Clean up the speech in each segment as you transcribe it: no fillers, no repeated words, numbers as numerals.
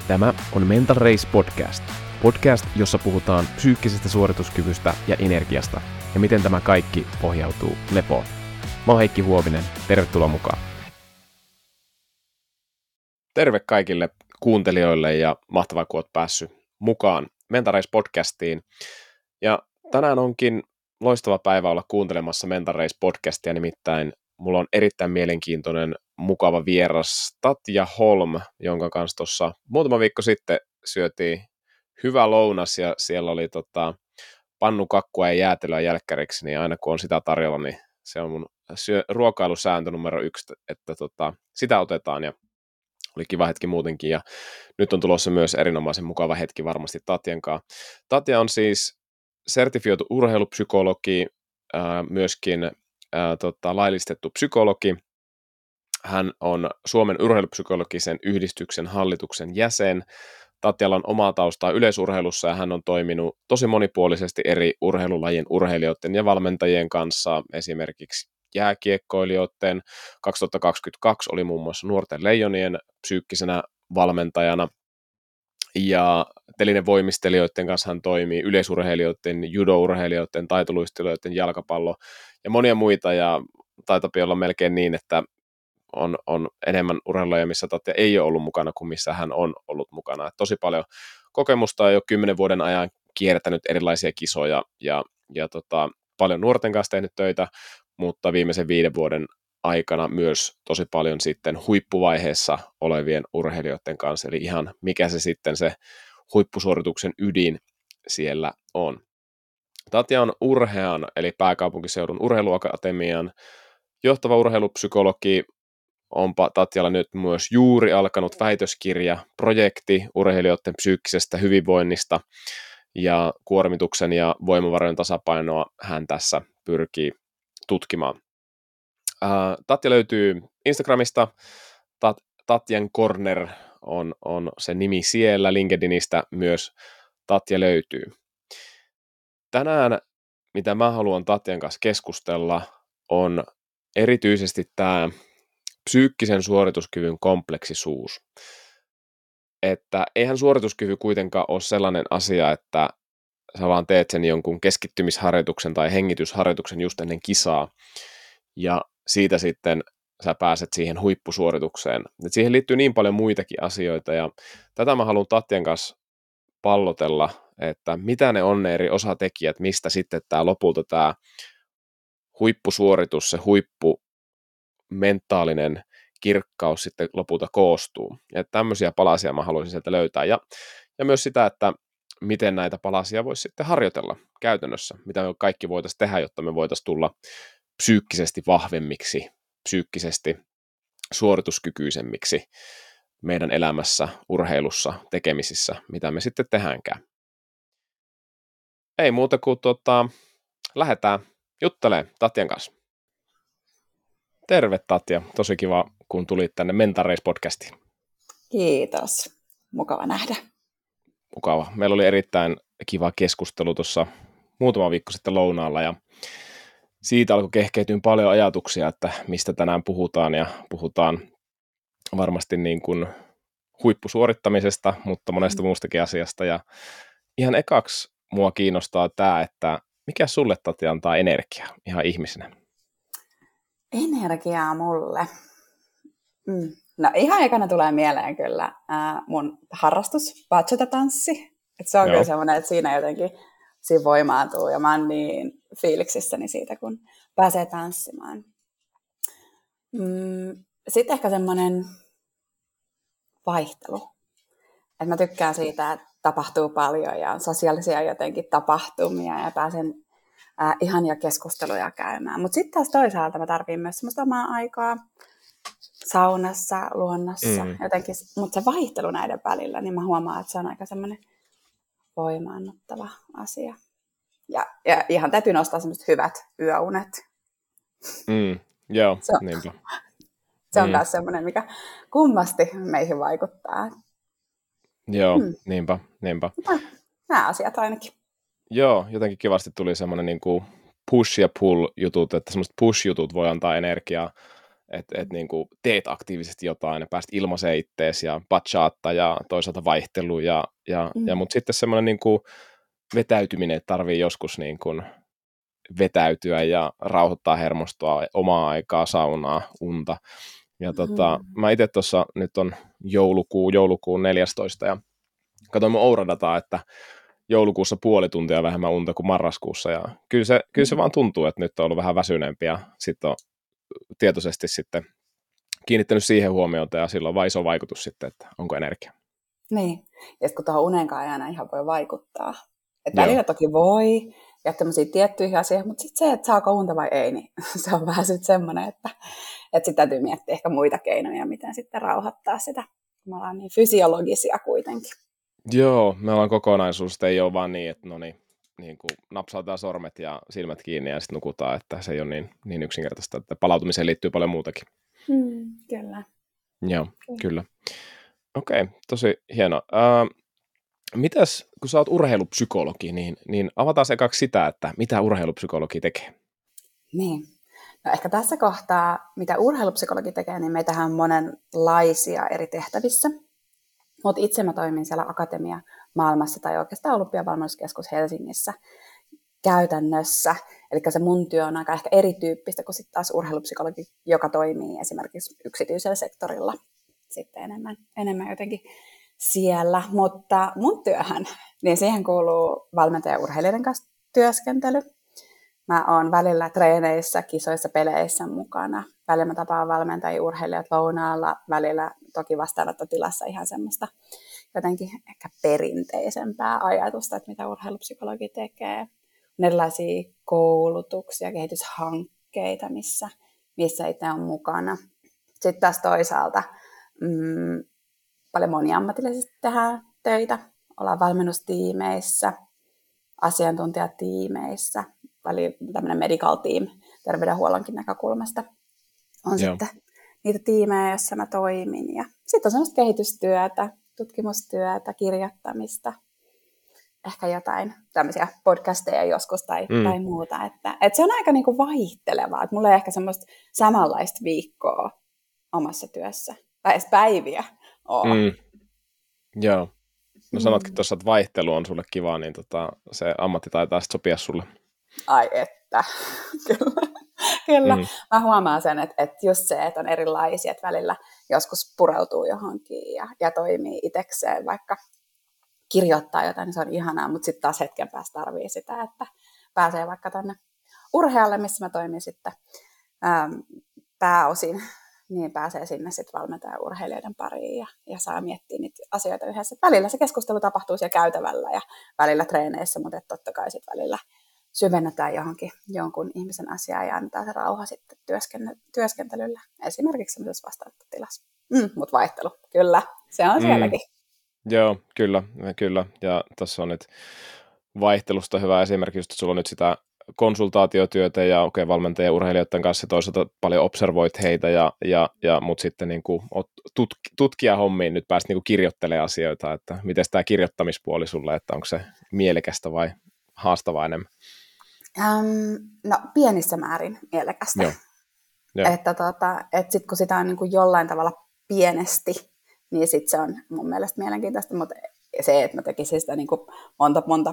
Tämä on Mental Race Podcast. Podcast, jossa puhutaan psyykkisestä suorituskyvystä ja energiasta ja miten tämä kaikki pohjautuu lepoon. Mä oon Heikki Huovinen, tervetuloa mukaan. Terve kaikille kuuntelijoille ja mahtavaa, kun oot päässyt mukaan Mental Race Podcastiin. Ja tänään onkin loistava päivä olla kuuntelemassa Mental Race Podcastia, nimittäin mulla on erittäin mielenkiintoinen, mukava vieras Tatja Holm, jonka kanssa tuossa muutama viikko sitten syötiin hyvä lounas ja siellä oli pannukakkua ja jäätelöä jälkkäriksi, niin aina kun on sitä tarjolla, niin se on mun ruokailusääntö numero 1, että sitä otetaan ja oli kiva hetki muutenkin ja nyt on tulossa myös erinomaisen mukava hetki varmasti Tatjan kanssa. Tatja on siis sertifioitu urheilupsykologi, myöskin laillistettu psykologi. Hän on Suomen urheilupsykologisen yhdistyksen hallituksen jäsen. Tatjalla on omaa taustaa yleisurheilussa ja hän on toiminut tosi monipuolisesti eri urheilulajien urheilijoiden ja valmentajien kanssa. Esimerkiksi jääkiekkoilijoiden 2022 oli muun muassa Nuorten Leijonien psyykkisenä valmentajana. Ja telinevoimistelijoiden kanssa hän toimii, yleisurheilijoiden, judo-urheilijoiden, taitoluistelijoiden, jalkapallo ja monia muita. Ja taitaa olla melkein niin, että on enemmän urheilulajeja, missä Tatja ei ole ollut mukana kuin missä hän on ollut mukana. Et tosi paljon kokemusta on jo 10 vuoden ajan kiertänyt erilaisia kisoja ja paljon nuorten kanssa tehnyt töitä, mutta viimeisen 5 vuoden aikana myös tosi paljon sitten huippuvaiheessa olevien urheilijoiden kanssa, eli ihan mikä se sitten se huippusuorituksen ydin siellä on. Tatja on Urhean, eli pääkaupunkiseudun urheiluakatemian johtava urheilupsykologi. Onpa Tatjalla nyt myös juuri alkanut väitöskirjaprojekti urheilijoiden psyykkisestä hyvinvoinnista ja kuormituksen ja voimavarojen tasapainoa hän tässä pyrkii tutkimaan. Tatja löytyy Instagramista, Tatjan Corner on se nimi siellä, LinkedInistä myös Tatja löytyy. Tänään, mitä mä haluan Tatjan kanssa keskustella, on erityisesti tämä psyykkisen suorituskyvyn kompleksisuus. Että eihän suorituskyvy kuitenkaan ole sellainen asia, että sä vaan teet sen jonkun keskittymisharjoituksen tai hengitysharjoituksen just ennen kisaa, ja siitä sitten sä pääset siihen huippusuoritukseen. Et siihen liittyy niin paljon muitakin asioita, ja tätä mä haluan Tatjan kanssa pallotella, että mitä ne on ne eri osatekijät, mistä sitten lopulta tämä huippusuoritus, se mentaalinen kirkkaus sitten lopulta koostuu. Ja tämmöisiä palasia mä haluaisin sieltä löytää. Ja myös sitä, että miten näitä palasia voisi sitten harjoitella käytännössä. Mitä me kaikki voitaisiin tehdä, jotta me voitaisiin tulla psyykkisesti vahvemmiksi, psyykkisesti suorituskykyisemmiksi meidän elämässä, urheilussa, tekemisissä, mitä me sitten tehdäänkään. Ei muuta kuin lähdetään juttelemaan Tatjan kanssa. Terve Tatja, tosi kiva kun tulit tänne Mental Race Podcastiin. Kiitos, mukava nähdä. Mukava. Meillä oli erittäin kiva keskustelu tuossa muutama viikko sitten lounaalla ja siitä alkoi kehkeytyä paljon ajatuksia, että mistä tänään puhutaan ja puhutaan varmasti niin kuin huippusuorittamisesta, mutta monesta muustakin asiasta ja ihan ekaksi mua kiinnostaa tämä, että mikä sulle Tatja antaa energiaa ihan ihmisenä? Energiaa mulle. No ihan ekana tulee mieleen kyllä mun harrastus, bachata-tanssi. Et se on kyllä semmoinen, että siinä jotenkin siinä voimaantuu ja mä oon niin fiiliksissäni siitä, kun pääsee tanssimaan. Sitten ehkä semmoinen vaihtelu. Et mä tykkään siitä, että tapahtuu paljon ja on sosiaalisia jotenkin tapahtumia ja pääsen ihania keskusteluja käymään. Mutta sitten taas toisaalta mä tarvitsen myös semmoista omaa aikaa saunassa, luonnossa, jotenkin, mutta se vaihtelu näiden välillä, niin mä huomaan, että se on aika semmoinen voimaannuttava asia. Ja ihan täytyy nostaa semmoiset hyvät yöunet. Joo, niinpä. Se on myös semmoinen, mikä kummasti meihin vaikuttaa. Joo, niinpä. Nämä asiat ainakin. Joo, jotenkin kivasti tuli semmoinen niin kuin push ja pull jutut, että semmoiset push-jutut voi antaa energiaa et niin kuin teet aktiivisesti jotain ja pääst ilmaiseen ittees ja bachata ja toisaalta vaihtelu mutta sitten semmoinen niin kuin vetäytyminen, että tarvii joskus niin kuin vetäytyä ja rauhoittaa hermostoa, omaa aikaa, saunaa, unta. Ja mä itse tuossa nyt on joulukuun 14. ja katsoin mun Oura-dataa, että joulukuussa puoli tuntia vähemmän unta kuin marraskuussa. Ja kyllä se vaan tuntuu, että nyt on ollut vähän väsyneempi ja sitten on tietoisesti sitten kiinnittänyt siihen huomiota ja sillä on vaan iso vaikutus sitten, että onko energia. Niin, ja kun tuohon unenkaan ei aina ihan voi vaikuttaa. Että välillä toki voi, ja tämmöisiä tiettyihin asioihin, mutta sitten se, että saako unta vai ei, niin se on vähän sitten semmoinen, että sitten täytyy miettiä ehkä muita keinoja, miten sitten rauhoittaa sitä. Me ollaan niin fysiologisia kuitenkin. Joo, me ollaan kokonaisuus, että ei ole vaan niin, että no niin kuin napsautetaan sormet ja silmät kiinni ja sitten nukutaan, että se ei ole niin yksinkertaista, että palautumiseen liittyy paljon muutakin. Kyllä. Joo, kyllä. Okei, tosi hieno. Mitäs, kun sä oot urheilupsykologi, niin avataan ekaksi sitä, että mitä urheilupsykologi tekee? Niin. No ehkä tässä kohtaa, mitä urheilupsykologi tekee, niin meitähän on monenlaisia eri tehtävissä. Mutta itse mä toimin siellä akatemia-maailmassa tai oikeastaan Olympiavalmennuskeskus Helsingissä käytännössä. Eli se mun työ on aika ehkä erityyppistä kuin sitten taas urheilupsykologi, joka toimii esimerkiksi yksityisellä sektorilla sitten enemmän jotenkin siellä. Mutta mun työhän, niin siihen kuuluu valmentaja- ja urheilijoiden kanssa työskentely. Mä oon välillä treeneissä, kisoissa, peleissä mukana. Välillä mä tapaan valmentajia, urheilijat lounaalla, välillä toki vastaanottotilassa ihan semmoista jotenkin ehkä perinteisempää ajatusta, että mitä urheilupsykologi tekee. On erilaisia koulutuksia, kehityshankkeita, missä itse on mukana. Sitten taas toisaalta paljon moniammatillisesti tehdään töitä. Ollaan valmennustiimeissä, asiantuntijatiimeissä, tämmöinen medical team terveydenhuollonkin näkökulmasta on sitten niitä tiimejä, joissa mä toimin. Ja sitten on semmoista kehitystyötä, tutkimustyötä, kirjoittamista, ehkä jotain tämmöisiä podcasteja joskus tai muuta. Että se on aika niinku vaihtelevaa. Että mulla ei ehkä semmoista samanlaista viikkoa omassa työssä, tai edes päiviä ole. Joo. No sanotkin tuossa, että vaihtelu on sulle kiva, niin se ammatti taitaa sitten sopia sulle. Ai että, kyllä. Mä huomaan sen, että just se, että on erilaisia, että välillä joskus pureutuu johonkin ja toimii itsekseen, vaikka kirjoittaa jotain, niin se on ihanaa, mutta sitten taas hetken päästä tarvii sitä, että pääsee vaikka tonne urhealle, missä mä toimin sitten pääosin, niin pääsee sinne sitten valmentajan urheilijoiden pariin ja saa miettiä niitä asioita yhdessä. Välillä se keskustelu tapahtuu siellä käytävällä ja välillä treeneissä, mutta totta kai sitten välillä syvennetään jonkun ihmisen asiaa ja annetaan se rauha sitten työskentelyllä. Esimerkiksi sellaisessa vastaanottotilassa. Mutta vaihtelu, kyllä, se on sielläkin. Joo, kyllä. Ja tässä on nyt vaihtelusta hyvä esimerkki, just, että sulla on nyt sitä konsultaatiotyötä ja valmentajien ja urheilijoiden kanssa toisaalta paljon observoit heitä, mutta sitten niin kuin tutkijahommiin nyt pääsit niin kuin kirjoittelemaan asioita, että miten tämä kirjoittamispuoli sulle, että onko se mielekästä vai haastavaa enemmän? No pienissä määrin mielekästä. Joo. Että sitten kun sitä on niin kuin jollain tavalla pienesti, niin sitten se on mun mielestä mielenkiintoista, mutta se, että mä tekisin sitä niin kuin monta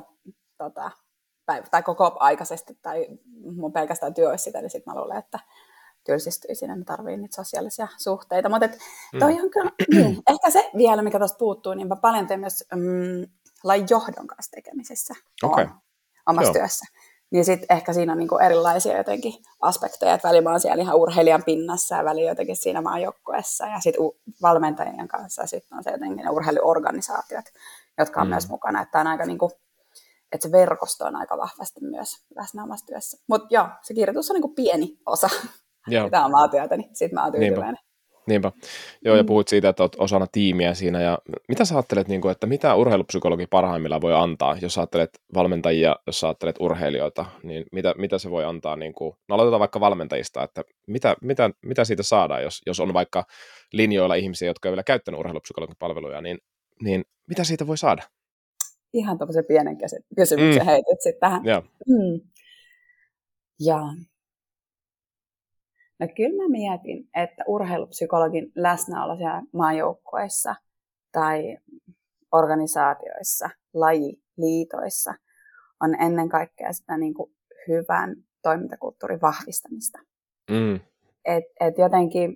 tai koko aikaisesti, tai mun pelkästään työ olisi sitä, niin sitten mä luulen, että tylsistyisin, että mä tarviin niitä sosiaalisia suhteita. Mutta toi on kyllä, ehkä se vielä, mikä tuosta puuttuu, niin mä paljon teen myös lain johdon kanssa tekemisessä omassa työssä. Niin sitten ehkä siinä on niinku erilaisia jotenkin aspekteja, että välillä mä oon siellä ihan urheilijan pinnassa ja välillä jotenkin siinä maajoukkueessa ja sitten valmentajien kanssa sitten on se jotenkin ne urheiluorganisaatiot, jotka on myös mukana, että on aika niinku, että se verkosto on aika vahvasti myös läsnä omassa työssä. Mutta joo, se kirjoitus on niinku pieni osa sitä omaa työtä, niin sitten mä oon tyytyväinen. Niinpä. Joo, ja puhuit siitä, että olet osana tiimiä siinä, ja mitä sä ajattelet, että mitä urheilupsykologi parhaimmillaan voi antaa, jos ajattelet valmentajia, jos sä ajattelet urheilijoita, niin mitä se voi antaa, no aloitetaan vaikka valmentajista, että mitä siitä saadaan, jos on vaikka linjoilla ihmisiä, jotka ei vielä käyttänyt urheilupsykologin palveluja, niin mitä siitä voi saada? Ihan tuollaisen pienen kysymyksen heitit sitten tähän. Joo. Ja No kyllä mä mietin, että urheilupsykologin läsnäolo siellä maajoukkueissa tai organisaatioissa, lajiliitoissa on ennen kaikkea sitä niin kuin hyvän toimintakulttuurin vahvistamista. Et jotenkin,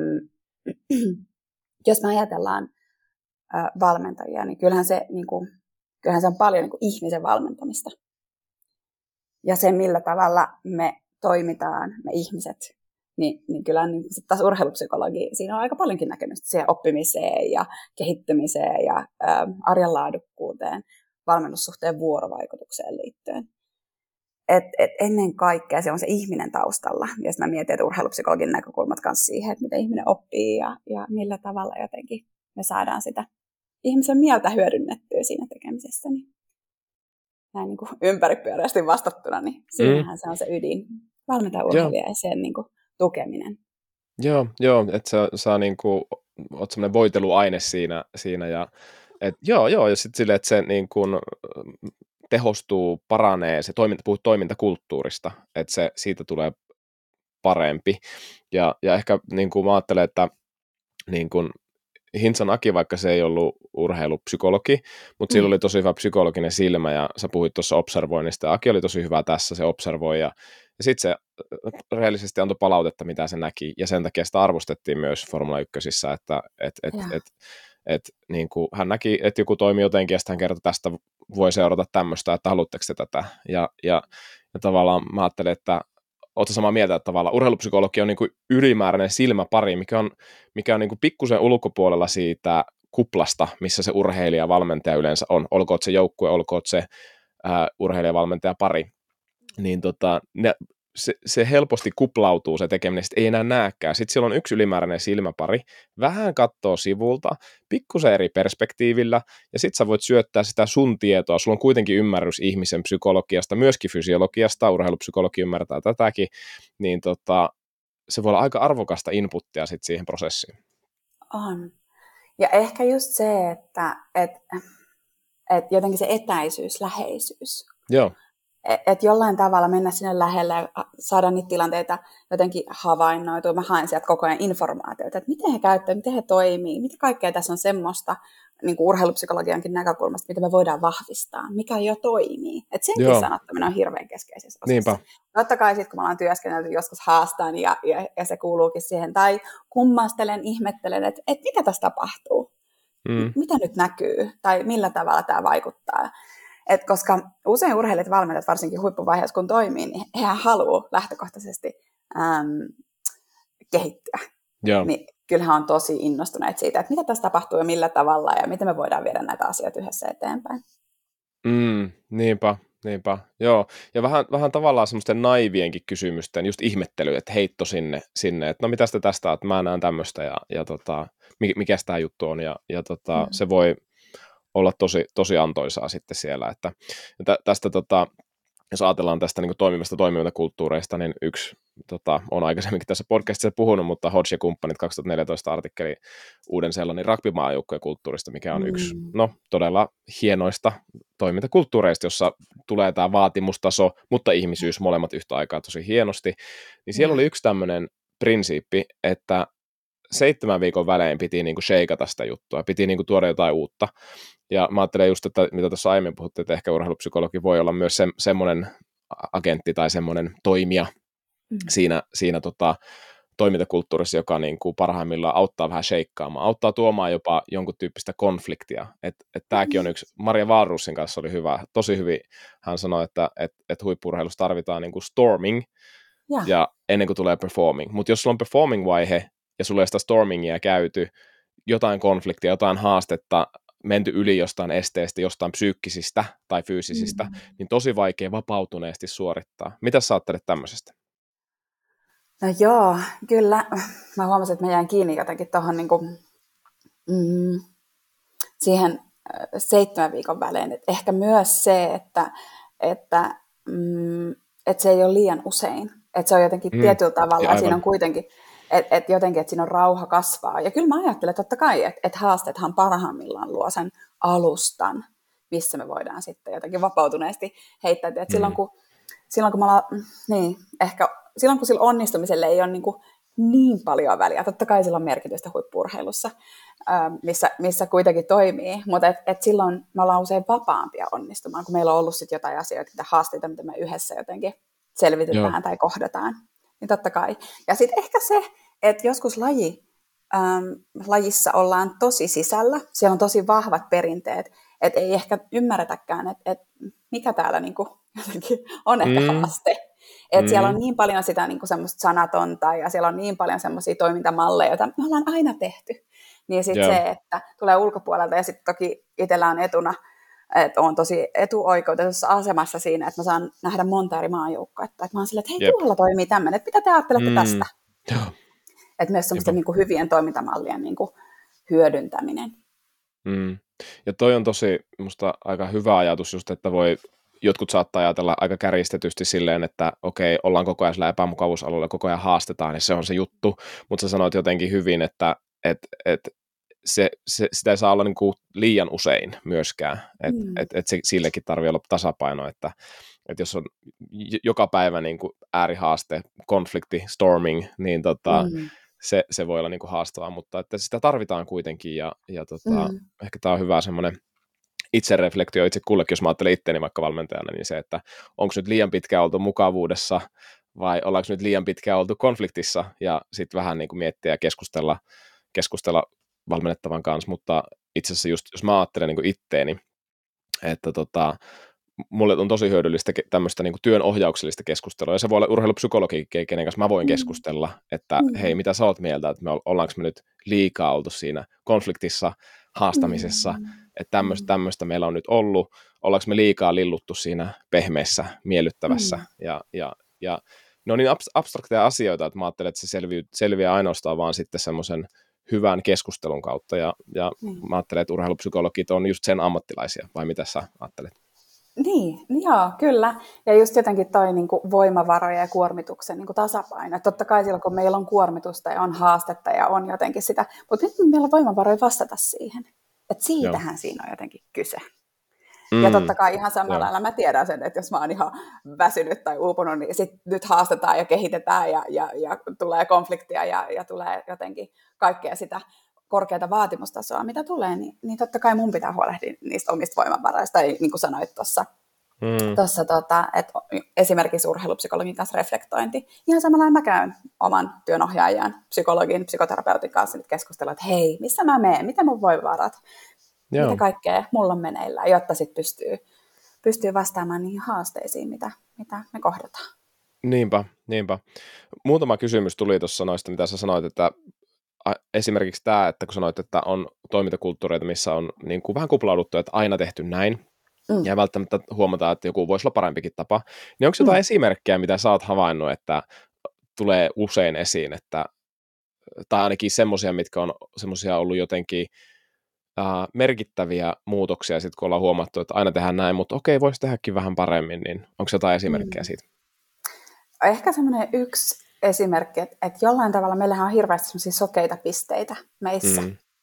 jos me ajatellaan valmentajia, niin kyllähän se on paljon niin kuin ihmisen valmentamista. Ja se, millä tavalla me toimitaan, me ihmiset, niin kyllä niin taas urheilupsykologi, siinä on aika paljonkin näkemystä siihen oppimiseen ja kehittymiseen ja arjen laadukkuuteen, valmennussuhteen vuorovaikutukseen liittyen. Et ennen kaikkea se on se ihminen taustalla. Ja mä mietin, että urheilupsykologin näkökulmat kanssa siihen, että miten ihminen oppii ja millä tavalla jotenkin me saadaan sitä ihmisen mieltä hyödynnettyä siinä tekemisessä. Niin näin niin kuin ympäripyöreästi vastattuna, niin siinähän se on se ydin. Valmentaa urheilijaa ja sen niin kuin tukeminen. Joo, että sä niin kuin, oot semmoinen voiteluaine siinä ja ja sitten silleen, että se niin kuin tehostuu, paranee, se puhut toimintakulttuurista, että se siitä tulee parempi. Ja ehkä niin kuin mä ajattelen, että niin kuin Hintsan Aki, vaikka se ei ollut urheilupsykologi, mutta sillä oli tosi hyvä psykologinen silmä, ja sä puhuit tuossa observoinnista, ja Aki oli tosi hyvä tässä, se observoi, ja sitten se rehellisesti antoi palautetta, mitä se näki, ja sen takia sitä arvostettiin myös Formula 1, että niin kuin hän näki, että joku toimi jotenkin, ja sitten hän kertoi, että tästä voi seurata tämmöistä, että haluatteko te tätä, ja tavallaan mä ajattelin, että ootko samaa mieltä, että tavallaan urheilupsykologi on niin kuin ylimääräinen silmäpari, mikä on niin kuin pikkusen ulkopuolella siitä kuplasta, missä se urheilija valmentaja yleensä on, olkoon se joukkue, olkoon se urheilija-valmentaja pari, niin se helposti kuplautuu se tekeminen, sitten ei enää näekään. Sitten siellä on yksi ylimääräinen silmäpari, vähän katsoo sivulta, pikkusen eri perspektiivillä, ja sitten sä voit syöttää sitä sun tietoa. Sulla on kuitenkin ymmärrys ihmisen psykologiasta, myöskin fysiologiasta, urheilupsykologi ymmärtää tätäkin, niin se voi olla aika arvokasta inputtia sitten siihen prosessiin. On. Ja ehkä just se, että jotenkin se etäisyys, läheisyys. Joo. Että jollain tavalla mennä sinne lähelle ja saada niitä tilanteita jotenkin havainnoitua. Mä haen sieltä koko ajan informaatiota, että miten he käyttävät, miten he toimii, mitä kaikkea tässä on semmoista niin kuin urheilupsykologiankin näkökulmasta, mitä me voidaan vahvistaa, mikä jo toimii. Että senkin sanottaminen on hirveän keskeisessä osassa. Niinpä. Totta kai sitten, kun me ollaan työskennelty, joskus haastan ja se kuuluukin siihen, tai kummastelen, ihmettelen, että mitä tässä tapahtuu, mitä nyt näkyy, tai millä tavalla tämä vaikuttaa. Koska usein urheilijat valmentajat, varsinkin huippuvaiheessa kun toimii, niin hehän haluaa lähtökohtaisesti kehittyä. Niin kyllähän on tosi innostuneet siitä, että mitä tässä tapahtuu ja millä tavalla ja miten me voidaan viedä näitä asioita yhdessä eteenpäin. Niinpä. Joo. Ja vähän tavallaan semmoisten naivienkin kysymysten, just ihmettely, että heitto sinne että no mitä tästä, että mä näen tämmöistä ja mikä tämä juttu on ja se voi olla tosi antoisaa sitten siellä, että tästä jos ajatellaan tästä niin toimivasta toimintakulttuureista, niin yksi, on aikaisemminkin tässä podcastissa puhunut, mutta Hodge ja kumppanit 2014 artikkeli Uuden-Seelannin rugby-maajoukkueen kulttuurista, mikä on yksi todella hienoista toimintakulttuureista, jossa tulee tämä vaatimustaso, mutta ihmisyys molemmat yhtä aikaa tosi hienosti, niin siellä oli yksi tämmöinen prinsiippi, että 7 viikon välein piti niinku shakeata sitä juttua, piti niinku tuoda jotain uutta. Ja mä ajattelen just, että mitä tuossa aiemmin puhuttiin, että ehkä urheilupsykologi voi olla myös semmoinen agentti tai semmoinen toimija siinä toimintakulttuurissa, joka niinku parhaimmillaan auttaa vähän sheikkaamaan, auttaa tuomaan jopa jonkun tyyppistä konfliktia. Tämäkin on yksi, Maria Wahlroosin kanssa oli hyvä, tosi hyvin hän sanoi, että huippu-urheilussa tarvitaan niinku storming ja ennen kuin tulee performing. Mutta jos sulla on performing-vaihe, ja sulla ei sitä stormingia käyty, jotain konfliktia, jotain haastetta, menty yli jostain esteestä, jostain psyykkisistä tai fyysisistä, niin tosi vaikea vapautuneesti suorittaa. Mitä sä ajattelet tämmöisestä? No joo, kyllä. Mä huomasin, että mä jäin kiinni jotenkin tuohon siihen 7 viikon välein. Et ehkä myös se, että se ei ole liian usein. Että se on jotenkin tietyllä tavalla, ja siinä on kuitenkin, että siinä on rauha kasvaa. Ja kyllä mä ajattelen totta kai, että haasteethan parhaimmillaan luo sen alustan, missä me voidaan sitten jotenkin vapautuneesti heittäytyä. Silloin kun silloin kun ehkä silloin kun sillä onnistumiselle ei ole niin paljon väliä, totta kai sillä on merkitystä huippu-urheilussa, missä kuitenkin toimii, mutta silloin me ollaan usein vapaampia onnistumaan, kun meillä on ollut sit jotain asioita, haasteita, mitä me yhdessä jotenkin selvitetään tai kohdataan, niin totta kai. Ja sitten ehkä se, että joskus lajissa ollaan tosi sisällä, siellä on tosi vahvat perinteet, että ei ehkä ymmärretäkään, että mikä täällä jotenkin on ehkä haaste. Että siellä on niin paljon sitä semmoista sanatonta ja siellä on niin paljon semmoisia toimintamalleja, joita me ollaan aina tehty. Niin sitten se, että tulee ulkopuolelta ja sitten toki itsellä on etuna, että on tosi etuoikeutetussa asemassa siinä, että mä saan nähdä monta eri maajoukkoetta. Että mä oon silleen, että hei, tuolla toimii tämmöinen, että mitä te ajattelette tästä? Että myös semmoisten hyvien toimintamallien hyödyntäminen. Ja toi on tosi musta aika hyvä ajatus just, että jotkut saattaa ajatella aika kärjistetysti silleen, että okei, ollaan koko ajan sillä epämukavuusalueella, koko ajan haastetaan, ja se on se juttu, mutta sä sanoit jotenkin hyvin, että sitä ei saa olla liian usein myöskään, että sillekin tarvii olla tasapaino, että jos on joka päivä äärihaaste, konflikti, storming, niin se voi olla haastavaa, mutta että sitä tarvitaan kuitenkin, ja ehkä tämä on hyvä semmoinen itsereflektio itse kullekin, jos mä ajattelen itseäni vaikka valmentajana, niin se, että onko nyt liian pitkään oltu mukavuudessa vai ollaanko nyt liian pitkään oltu konfliktissa, ja sitten vähän miettiä ja keskustella valmennettavan kanssa, mutta itse asiassa just, jos mä ajattelen itteeni, että mulle on tosi hyödyllistä tämmöistä työn ohjauksellista keskustelua, ja se voi olla urheilupsykologi, kenen kanssa mä voin keskustella, että hei, mitä sä oot mieltä, että ollaanko me nyt liikaa oltu siinä konfliktissa, haastamisessa, että tämmöistä meillä on nyt ollut, ollaanko me liikaa lilluttu siinä pehmeässä, miellyttävässä, ja ne on niin abstrakteja asioita, että mä ajattelen, että se selviää ainoastaan vaan sitten semmoisen hyvän keskustelun kautta, ja mä ajattelen, että urheilupsykologit on just sen ammattilaisia, vai mitä sä ajattelet? Niin, joo, kyllä. Ja just jotenkin toi voimavaroja ja kuormituksen tasapaino. Et totta kai silloin, kun meillä on kuormitusta ja on haastetta ja on jotenkin sitä, mutta nyt meillä on voimavaroja vastata siihen. Että siitähän siinä on jotenkin kyse. Ja totta kai ihan samalla lailla mä tiedän sen, että jos mä oon ihan väsynyt tai uupunut, niin sit nyt haastetaan ja kehitetään ja tulee konfliktia ja tulee jotenkin kaikkea sitä korkeata vaatimustasoa, mitä tulee, niin totta kai mun pitää huolehtia niistä omista voimavaroista, tai niin kuin sanoit tuossa, että esimerkiksi urheilupsykologin kanssa reflektointi. Ihan samalla mä käyn oman työnohjaajan, psykologin, psykoterapeutin kanssa nyt keskustella, että hei, missä mä menen, mitä mun voimavarat, mitä kaikkea mulla on meneillään, jotta sitten pystyy vastaamaan niihin haasteisiin, mitä me kohdataan. Niinpä. Muutama kysymys tuli tuossa noista, mitä sä sanoit, että esimerkiksi tämä, että kun sanoit, että on toimintakulttuureita, missä on vähän kuplauduttu, että aina tehty näin, ja välttämättä huomataan, että joku voisi olla parempikin tapa, niin onko jotain esimerkkejä, mitä sä oot havainnut, että tulee usein esiin, tai ainakin semmoisia, mitkä on semmoisia ollut jotenkin merkittäviä muutoksia, sit kun ollaan huomattu, että aina tehdään näin, mutta okei, voisi tehdäkin vähän paremmin, niin onko jotain esimerkkejä siitä? Ehkä semmoinen yksi esimerkki, että jollain tavalla meillähän on hirveästi semmoisia sokeita pisteitä meissä.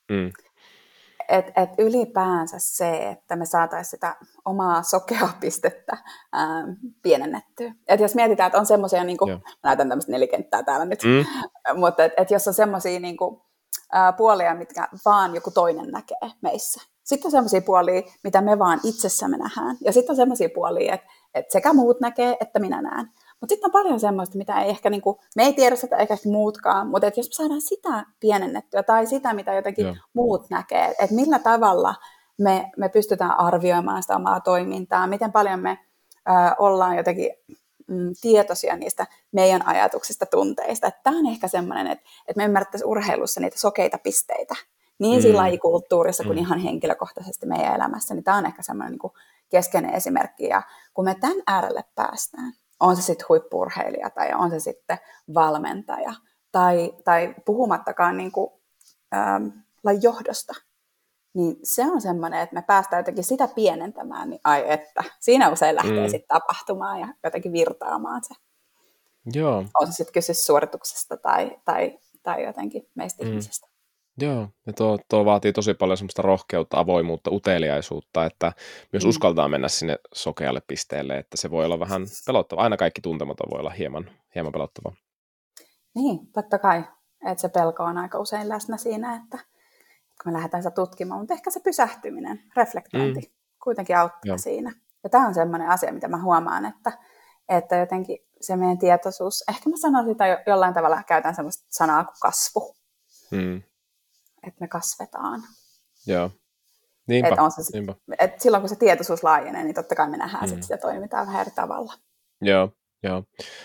Et ylipäänsä se, että me saataisiin sitä omaa sokeaa pistettä pienennettyä. Et jos mietitään, että on semmoisia, näytän tämmöistä nelikenttää täällä nyt, mutta et jos on semmoisia puolia, mitkä vaan joku toinen näkee meissä. Sitten on semmoisia puolia, mitä me vaan itsessämme nähdään. Ja sitten on semmoisia puolia, että sekä muut näkee, että minä näen. Mutta sitten on paljon semmoista, mitä ei ehkä, me ei tiedosteta eikä muutkaan, mutta jos me saadaan sitä pienennettyä tai sitä, mitä jotenkin muut näkee, että millä tavalla me pystytään arvioimaan sitä omaa toimintaa, miten paljon me ollaan jotenkin tietoisia niistä meidän ajatuksista, tunteista. Tämä on ehkä semmoinen, että me ymmärrettäisiin urheilussa niitä sokeita pisteitä, niin siinä lajikulttuurissa kuin ihan henkilökohtaisesti meidän elämässä, niin tämä on ehkä semmoinen keskeinen esimerkki, ja kun me tämän äärelle päästään, on se sitten huippu-urheilija tai on se sitten valmentaja tai puhumattakaan lajin johdosta, niin se on semmoinen, että me päästään jotenkin sitä pienentämään, niin ai että, siinä usein lähtee sitten tapahtumaan ja jotenkin virtaamaan se. Joo. On se sitten kyse suorituksesta tai jotenkin meistä ihmisistä. Joo, ja tuo vaatii tosi paljon semmoista rohkeutta, avoimuutta, uteliaisuutta, että myös Mm. uskaltaa mennä sinne sokealle pisteelle, että se voi olla vähän pelottava. Aina kaikki tuntematon voi olla hieman pelottava. Niin, totta kai. Että se pelko on aika usein läsnä siinä, että kun me lähdetään sitä tutkimaan, mutta ehkä se pysähtyminen, Mm, reflektointi kuitenkin auttaa joo. siinä. Ja tämä on sellainen asia, mitä mä huomaan, että jotenkin se meidän tietoisuus, ehkä mä sanon sitä jollain tavalla, käytän sellaista sanaa kuin kasvu, Mm, että me kasvetaan. joo, niinpä, Että on se, niinpä. että silloin kun se tietoisuus laajenee, niin totta kai me nähdään Mm, sitä toimintaa vähän eri tavalla. joo, joo.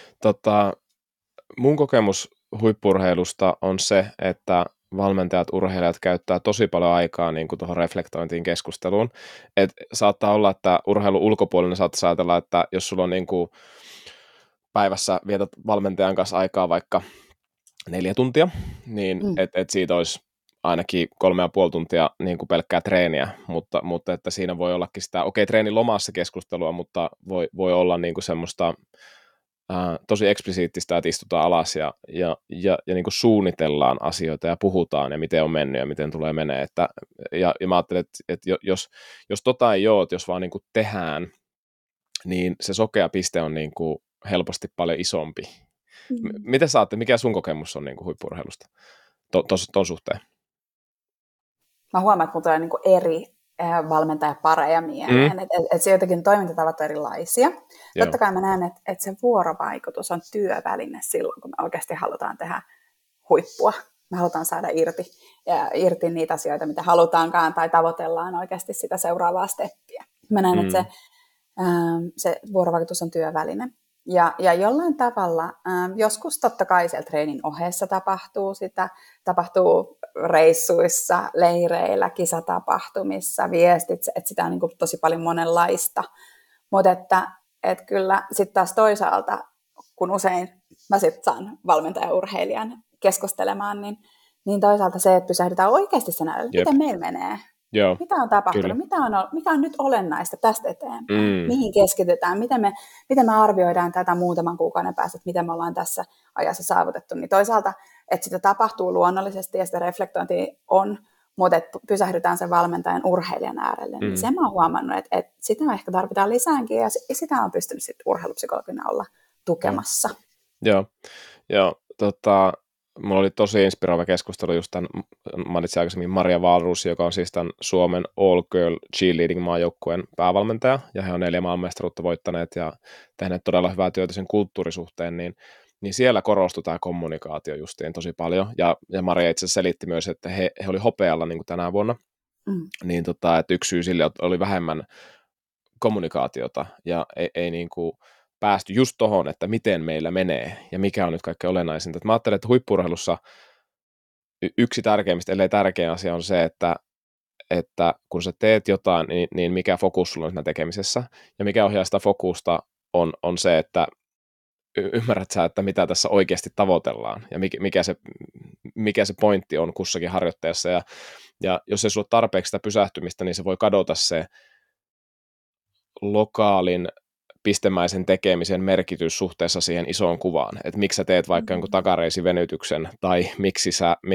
Mun kokemus huippu-urheilusta on se, että valmentajat, urheilijat käyttää tosi paljon aikaa niin kuin tuohon reflektointiin, keskusteluun. Et saattaa olla, että urheilun ulkopuolinen saattaa ajatella, että jos sulla on niin kuin päivässä vietät valmentajan kanssa aikaa vaikka 4 tuntia, niin Mm. et siitä olisi ainakin 3,5 tuntia niin kuin pelkkää treeniä, mutta että siinä voi ollakin sitä, treenin lomassa keskustelua, mutta voi olla niin kuin semmoista tosi eksplisiittistä, että istutaan alas ja niin kuin suunnitellaan asioita ja puhutaan ja miten on mennyt ja miten tulee menee. Ja mä ajattelen, että jos tota ei ole, että jos vaan niin kuin tehdään, niin se sokea piste on niin kuin helposti paljon isompi. Mm. Miten mikä sun kokemus on niin kuin huippu-urheilusta ton suhteen? Mä huomaan, että mulla tulee niinku eri valmentajapareja mieleen, että se jotenkin toimintatavat on erilaisia. Joo. Totta kai mä näen, että se vuorovaikutus on työväline silloin, kun me oikeasti halutaan tehdä huippua. Me halutaan saada irti niitä asioita, mitä halutaankaan, tai tavoitellaan oikeasti sitä seuraavaa steppiä. Mä näen, että se vuorovaikutus on työväline. Ja jollain tavalla, joskus totta kai siellä treenin ohessa tapahtuu sitä, tapahtuu reissuissa, leireillä, kisatapahtumissa, viestit, että sitä on niin kuin tosi paljon monenlaista. Mutta että kyllä sitten taas toisaalta, kun usein mä sitten saan valmentaja-urheilijan keskustelemaan, niin toisaalta se, että pysähdytään oikeasti sen äärelle, miten meillä menee. Joo, Mitä on tapahtunut? kyllä. Mikä on nyt olennaista tästä eteenpäin? Mihin keskitytään? Miten me arvioidaan tätä muutaman kuukauden päästä, että miten me ollaan tässä ajassa saavutettu? Niin toisaalta, että sitä tapahtuu luonnollisesti ja sitä reflektointia on, mutta että pysähdytään sen valmentajan urheilijan äärelle. Niin sen mä oon huomannut, että sitä ehkä tarvitaan lisäänkin ja sitä on pystynyt sitten urheilupsykologina olla tukemassa. Joo. Mulla oli tosi inspiroiva keskustelu just tämän, mainitsin aikaisemmin Maria Wahlroos, joka on siis tämän Suomen All Girl Cheerleading maajoukkueen päävalmentaja, ja he on 4 maailmanmestaruutta voittaneet ja tehneet todella hyvää työtä sen kulttuurisuhteen, niin siellä korostui tämä kommunikaatio justiin tosi paljon, ja Maria itse asiassa selitti myös, että he oli hopealla niin kuin tänä vuonna, niin että yksi syy sille oli vähemmän kommunikaatiota, ja ei niin kuin päästy just tohon, että miten meillä menee ja mikä on nyt kaikkein olennaisinta. Mä ajattelen, että huippu-urheilussa yksi tärkeimmistä, ellei tärkein asia on se, että kun sä teet jotain, niin mikä fokus sulla on siinä tekemisessä ja mikä ohjaa sitä fokusta on se, että ymmärrät sä, että mitä tässä oikeasti tavoitellaan ja mikä se pointti on kussakin harjoitteessa ja jos ei sulla ole tarpeeksi sitä pysähtymistä, niin se voi kadota se lokaalin pistemäisen tekemisen merkitys suhteessa siihen isoon kuvaan, että miksi sä teet vaikka jonkun takareisivenytyksen tai miksi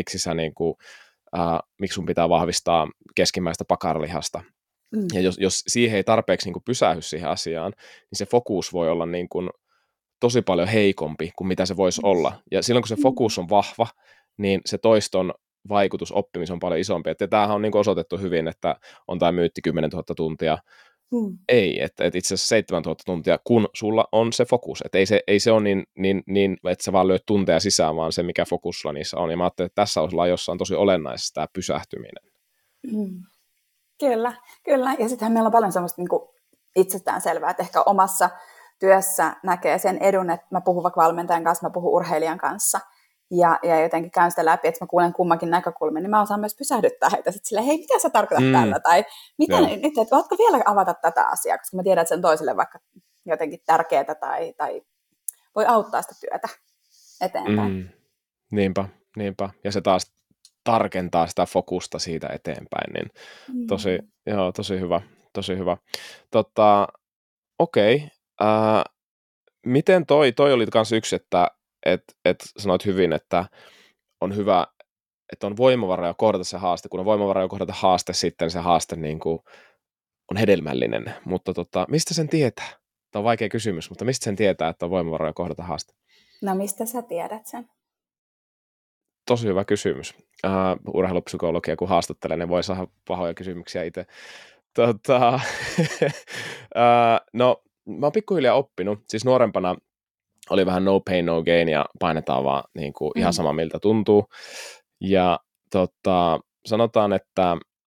sun pitää vahvistaa keskimmäistä pakaralihasta. Ja jos siihen ei tarpeeksi niin kuin pysähy siihen asiaan, niin se fokus voi olla niin kuin tosi paljon heikompi kuin mitä se voisi olla. Ja silloin kun se fokus on vahva, niin se toiston vaikutus oppimiseen on paljon isompi. Ja tämähän on niin kuin osoitettu hyvin, että on tämä myytti 10 000 tuntia. Ei, että itse asiassa 7 000 tuntia, kun sulla on se fokus. Että ei se ole niin, että sä vaan lyöt tunteja sisään, vaan se, mikä fokus sulla niissä on. Ja mä ajattelin, että tässä ollaan jossain tosi olennaisessa tämä pysähtyminen. Kyllä. Ja sittenhän meillä on paljon semmoista niin kuin itsestään selvää, että ehkä omassa työssä näkee sen edun, että mä puhun vaikka valmentajan kanssa, mä puhun urheilijan kanssa, ja jotenkin käyn sitä läpi, että mä kuulen kummankin näkökulmia, niin mä osaan myös pysähdyttää heitä sitten silleen, hei, mitä sä tarkoitat tällä, tai mitä nyt, että voitko vielä avata tätä asiaa, koska mä tiedän, että se on toiselle vaikka jotenkin tärkeää, tai voi auttaa sitä työtä eteenpäin. Niinpä, ja se taas tarkentaa sitä fokusta siitä eteenpäin, niin tosi hyvä. Okei. Miten toi oli myös yksi, että sanoit hyvin, että on hyvä, että on voimavaroja kohdata se haaste. Kun on voimavaroja kohdata haaste, sitten se haaste niin kuin on hedelmällinen. Mutta mistä sen tietää? Tämä on vaikea kysymys, mutta mistä sen tietää, että on voimavaroja kohdata haaste? No mistä sä tiedät sen? Tosi hyvä kysymys. Urheilupsykologia, kun haastattelen, ne voi saada pahoja kysymyksiä itse. No, mä oon pikkuhiljaa oppinut. Siis nuorempana oli vähän no pain, no gain ja painetaan vaan niin kuin ihan sama miltä tuntuu. Ja sanotaan, että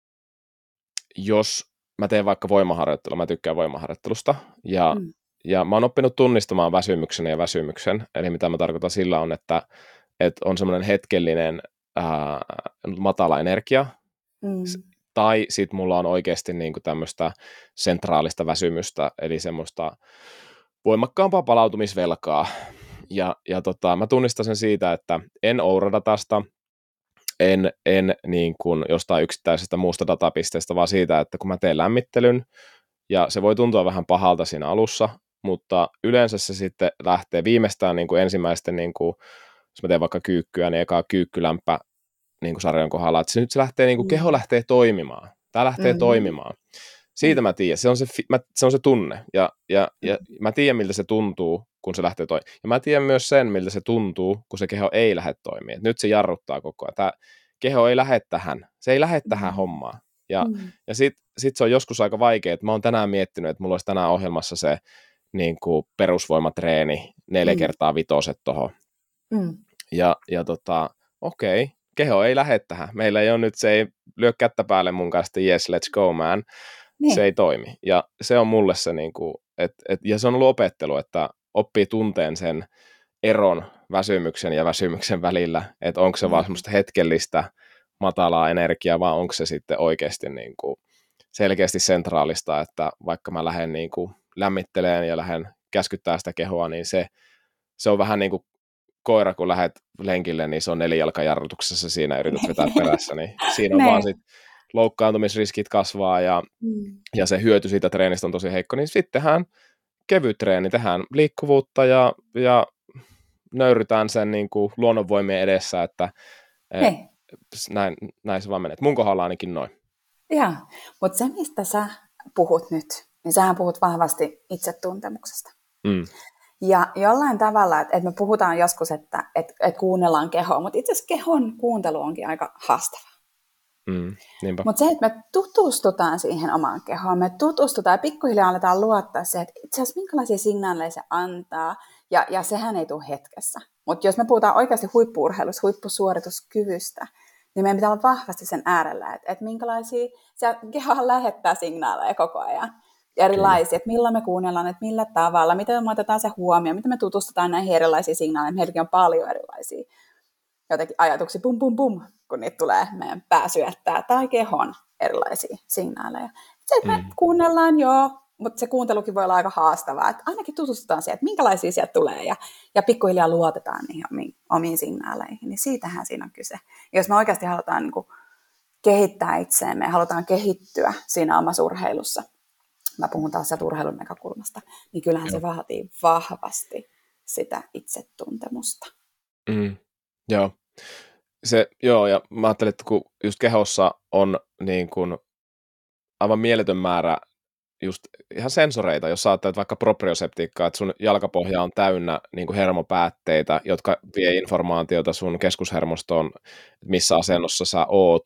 jos mä teen vaikka voimaharjoittelua, mä tykkään voimaharjoittelusta, ja mä oon oppinut tunnistamaan väsymyksen ja väsymyksen, eli mitä mä tarkoitan sillä on, että on semmoinen hetkellinen matala energia, tai sit mulla on oikeasti niinku tämmöistä sentraalista väsymystä, eli semmoista voimakkaampaa palautumisvelkaa, ja mä tunnistan sen siitä, että en ouradatasta, en niin kuin jostain yksittäisestä muusta datapisteestä, vaan siitä, että kun mä teen lämmittelyn, ja se voi tuntua vähän pahalta siinä alussa, mutta yleensä se sitten lähtee viimeistään niin kuin ensimmäisten, niin kuin, jos mä teen vaikka kyykkyä, niin eka kyykkylämpä niin kuin sarjan kohdalla, että nyt se lähtee, niin kuin keho lähtee toimimaan. Tämä lähtee toimimaan. Siitä mä tiedän, se on se tunne, ja mä tiedän, miltä se tuntuu, kun se lähtee toimimaan. Ja mä tiedän myös sen, miltä se tuntuu, kun se keho ei lähde toimimaan. Nyt se jarruttaa koko ajan. Tämä keho ei lähde tähän. Se ei lähde tähän hommaan. Ja sit se on joskus aika vaikea, että mä oon tänään miettinyt, että mulla olisi tänään ohjelmassa se niin kuin perusvoimatreeni 4x5 tohon. Ja okei, keho ei lähde tähän. Meillä ei ole nyt, se ei lyö kättä päälle mun kanssa, yes, let's go man. Niin. Se ei toimi. Ja se on mulle se, niin kuin, ja se on ollut opettelu, että oppii tunteen sen eron väsymyksen ja väsymyksen välillä, että onko se vaan semmoista hetkellistä matalaa energiaa, vai onko se sitten oikeasti niin kuin selkeästi sentraalista, että vaikka mä lähden niin kuin lämmitteleen ja lähden käskyttää sitä kehoa, niin se on vähän niin kuin koira, kun lähdet lenkille, niin se on nelijalkajarrutuksessa siinä, yrität vetää perässä, niin siinä on vaan sit loukkaantumisriskit kasvaa ja se hyöty siitä treenistä on tosi heikko, niin sitten tehdään kevyt treeni, tehdään liikkuvuutta ja nöyrytään sen niin kuin luonnonvoimien edessä, että näin se vaan menee. Mun kohdalla ainakin noin. Joo, mutta se mistä sä puhut nyt, niin sähän puhut vahvasti itsetuntemuksesta. Ja jollain tavalla, että me puhutaan joskus, että kuunnellaan kehoa, mutta itse asiassa kehon kuuntelu onkin aika haastavaa. Mutta se, että me tutustutaan siihen omaan kehoon, me tutustutaan ja pikkuhiljaa aletaan luottaa se, että itse asiassa minkälaisia signaaleja se antaa, ja sehän ei tule hetkessä. Mutta jos me puhutaan oikeasti huippu-urheilusta, huippusuorituskyvystä, niin meidän pitää olla vahvasti sen äärellä, että minkälaisia, se keho lähettää signaaleja koko ajan. Erilaisia, että milloin me kuunnellaan, että millä tavalla, miten me otetaan se huomioon, miten me tutustutaan näihin erilaisiin signaaleihin. Meilläkin on paljon erilaisia jotenkin ajatuksia, pum pum pum, kun niitä tulee meidän pää syöttää, tai kehon erilaisia signaaleja. Se, että me kuunnellaan, mutta se kuuntelukin voi olla aika haastavaa, että ainakin tutustutaan siihen, että minkälaisia sieltä tulee, ja pikkuhiljaa luotetaan niihin omiin signaaleihin, niin siitähän siinä on kyse. Ja jos me oikeasti halutaan niin kuin kehittää itseämme ja halutaan kehittyä siinä omassa urheilussa, mä puhun taas sieltä urheilun näkökulmasta, niin kyllähän se vaatii vahvasti sitä itsetuntemusta. Joo, ja mä ajattelin, että kun just kehossa on niin kuin aivan mieletön määrä just ihan sensoreita, jos sä ajattelet vaikka proprioseptiikkaa, että sun jalkapohja on täynnä niin kuin hermopäätteitä, jotka vie informaatiota sun keskushermostoon, missä asennossa sä oot,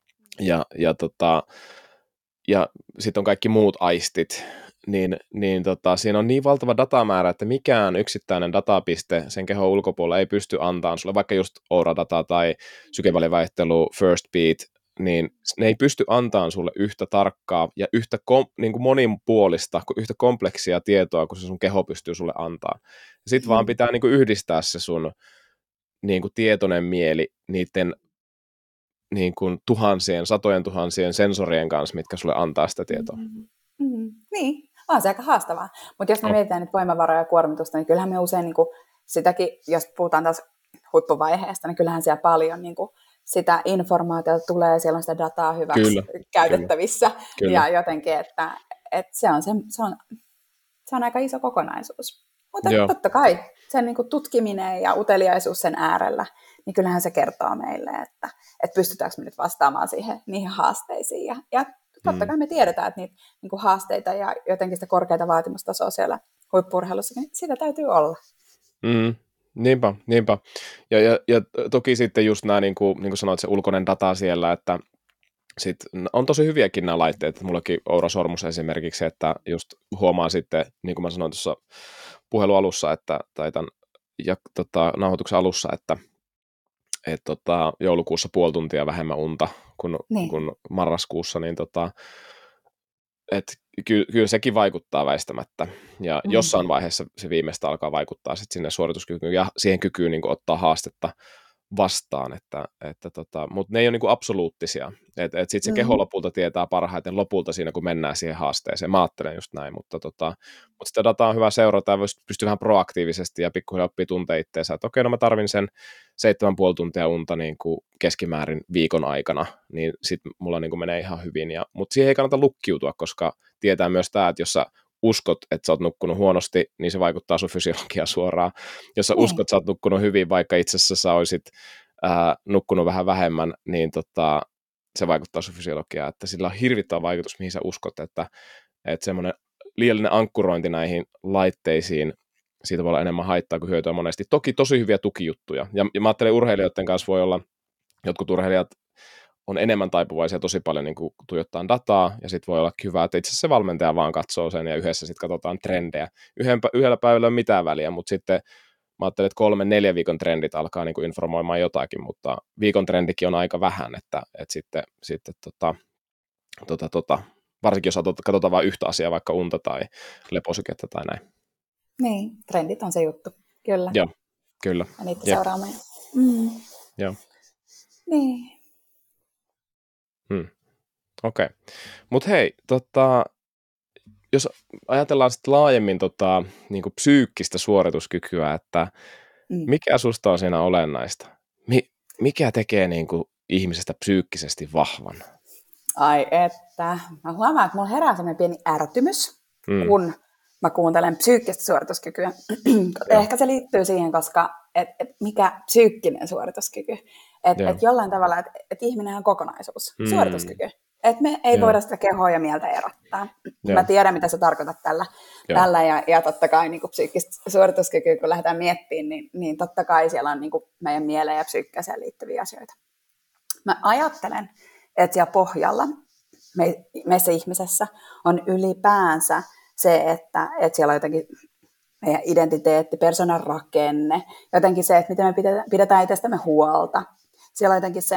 ja sitten on kaikki muut aistit, niin siinä on niin valtava datamäärä, että mikään yksittäinen datapiste sen kehon ulkopuolella ei pysty antamaan sulle, vaikka just Oura-data tai sykeväliväittely, First Beat, niin ne ei pysty antamaan sulle yhtä tarkkaa ja yhtä niin kuin monipuolista, yhtä kompleksia tietoa, kun se sun keho pystyy sulle antaa. Sitten vaan pitää niin kuin yhdistää se sun niin kuin tietoinen mieli niiden niin kuin satojen tuhansien sensorien kanssa, mitkä sulle antaa sitä tietoa. Niin, on se aika haastavaa. Mutta jos me mietitään nyt voimavaroja ja kuormitusta, niin kyllähän me usein niin kuin sitäkin, jos puhutaan taas huippuvaiheesta, niin kyllähän siellä paljon niin kuin sitä informaatiota tulee, siellä on sitä dataa hyväksi käytettävissä. Kyllä. Ja jotenkin, että se on aika iso kokonaisuus. Mutta totta kai sen niin kuin tutkiminen ja uteliaisuus sen äärellä, niin kyllähän se kertoo meille, että pystytäänkö me nyt vastaamaan niihin haasteisiin. Ja totta kai me tiedetään, että niitä niin kuin haasteita ja jotenkin sitä korkeata vaatimustasoa siellä huippu-urheilussa, niin sitä täytyy olla. Niinpä. Ja toki sitten just nämä, niin kuin sanoit, se ulkoinen data siellä, että sit on tosi hyviäkin nämä laitteet. Mullakin Oura Sormus esimerkiksi, että just huomaa sitten, niin kuin mä sanoin tuossa puhelualussa, tai tämän nauhoituksen alussa, että joulukuussa puoli tuntia vähemmän unta kuin marraskuussa, niin kyllä sekin vaikuttaa väistämättä. Ja jossain vaiheessa se viimeistä alkaa vaikuttaa sitten sinne suorituskykyyn ja siihen kykyyn niin kuin ottaa haastetta vastaan, mutta ne ei ole niin kuin absoluuttisia. Sitten se keho lopulta tietää parhaiten lopulta siinä, kun mennään siihen haasteeseen. Mä ajattelen just näin, mutta sitä dataa on hyvä seurata ja pystyy vähän proaktiivisesti ja pikkuhiljaa oppii tuntea itseensä, että okei, no mä tarvin sen 7,5 tuntia unta niin kuin keskimäärin viikon aikana, niin sitten mulla niin kuin menee ihan hyvin. Mutta siihen ei kannata lukkiutua, koska tietää myös tämä, että jos sä uskot, että sä oot nukkunut huonosti, niin se vaikuttaa sun fysiologiaan suoraan. Jos sä uskot, että sä oot nukkunut hyvin, vaikka itse asiassa sä olisit nukkunut vähän vähemmän, niin se vaikuttaa sun fysiologiaan, että sillä on hirvittävä vaikutus, mihin sä uskot, että semmoinen liiallinen ankkurointi näihin laitteisiin, siitä voi olla enemmän haittaa kuin hyötyä monesti. Toki tosi hyviä tukijuttuja, ja mä ajattelen urheilijoiden kanssa voi olla, jotkut urheilijat on enemmän taipuvaisia tosi paljon niin kuin tuijottaa dataa, ja sitten voi olla hyvä, että itse asiassa se valmentaja vaan katsoo sen, ja yhdessä sitten katsotaan trendejä. Yhdellä päivällä ei ole mitään väliä, mutta sitten mä ajattelen, että 3-4 viikon trendit alkaa niin kuin informoimaan jotakin, mutta viikon trendikin on aika vähän, että sitten varsinkin jos katsotaan vain yhtä asiaa, vaikka unta tai leposykettä tai näin. Niin, trendit on se juttu, kyllä. Joo, kyllä. Ja niitä seuraamme. Joo. Niin. Okei. Mutta hei, jos ajatellaan sitten laajemmin niin kuin psyykkistä suorituskykyä, että mikä susta on siinä olennaista? Mikä tekee niin kuin ihmisestä psyykkisesti vahvan? Ai että. Mä huomaan, että mulla herää sellainen pieni ärtymys, kun mä kuuntelen psyykkistä suorituskykyä. Ehkä se liittyy siihen, koska mikä psyykkinen suorituskyky. Että jollain tavalla, että ihminen on kokonaisuus, suorituskyky. Että me ei voida sitä kehoa ja mieltä erottaa. Mä tiedän, mitä sä tarkoitat tällä ja totta kai niin kuin psyykkistä suorituskykyä, kun lähdetään miettimään, niin totta kai siellä on niin kuin meidän mieleen ja psyykkäiseen liittyviä asioita. Mä ajattelen, että siellä pohjalla meissä ihmisessä on ylipäänsä se, että siellä on jotenkin meidän identiteetti, persoonan rakenne, jotenkin se, että miten me pidetään itsestämme huolta. Siellä on jotenkin se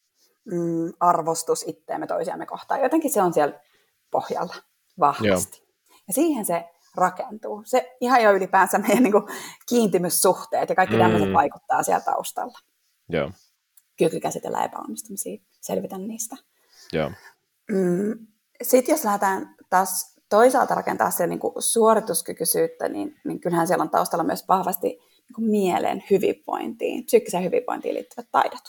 arvostus itseämme toisiamme kohtaan. Jotenkin se on siellä pohjalla vahvasti. Ja siihen se rakentuu. Se ihan jo ylipäänsä meidän niin kuin kiintymyssuhteet ja kaikki tämmöiset vaikuttaa siellä taustalla. Joo. Kyky käsitellä epäonnistumisia, selvitä niistä. Joo. Sitten jos lähdetään taas toisaalta rakentaa se niin kuin suorituskykyisyyttä, niin kyllähän siellä on taustalla myös vahvasti niin kuin mielen hyvinvointiin, psyykkiseen hyvinvointiin liittyvät taidot.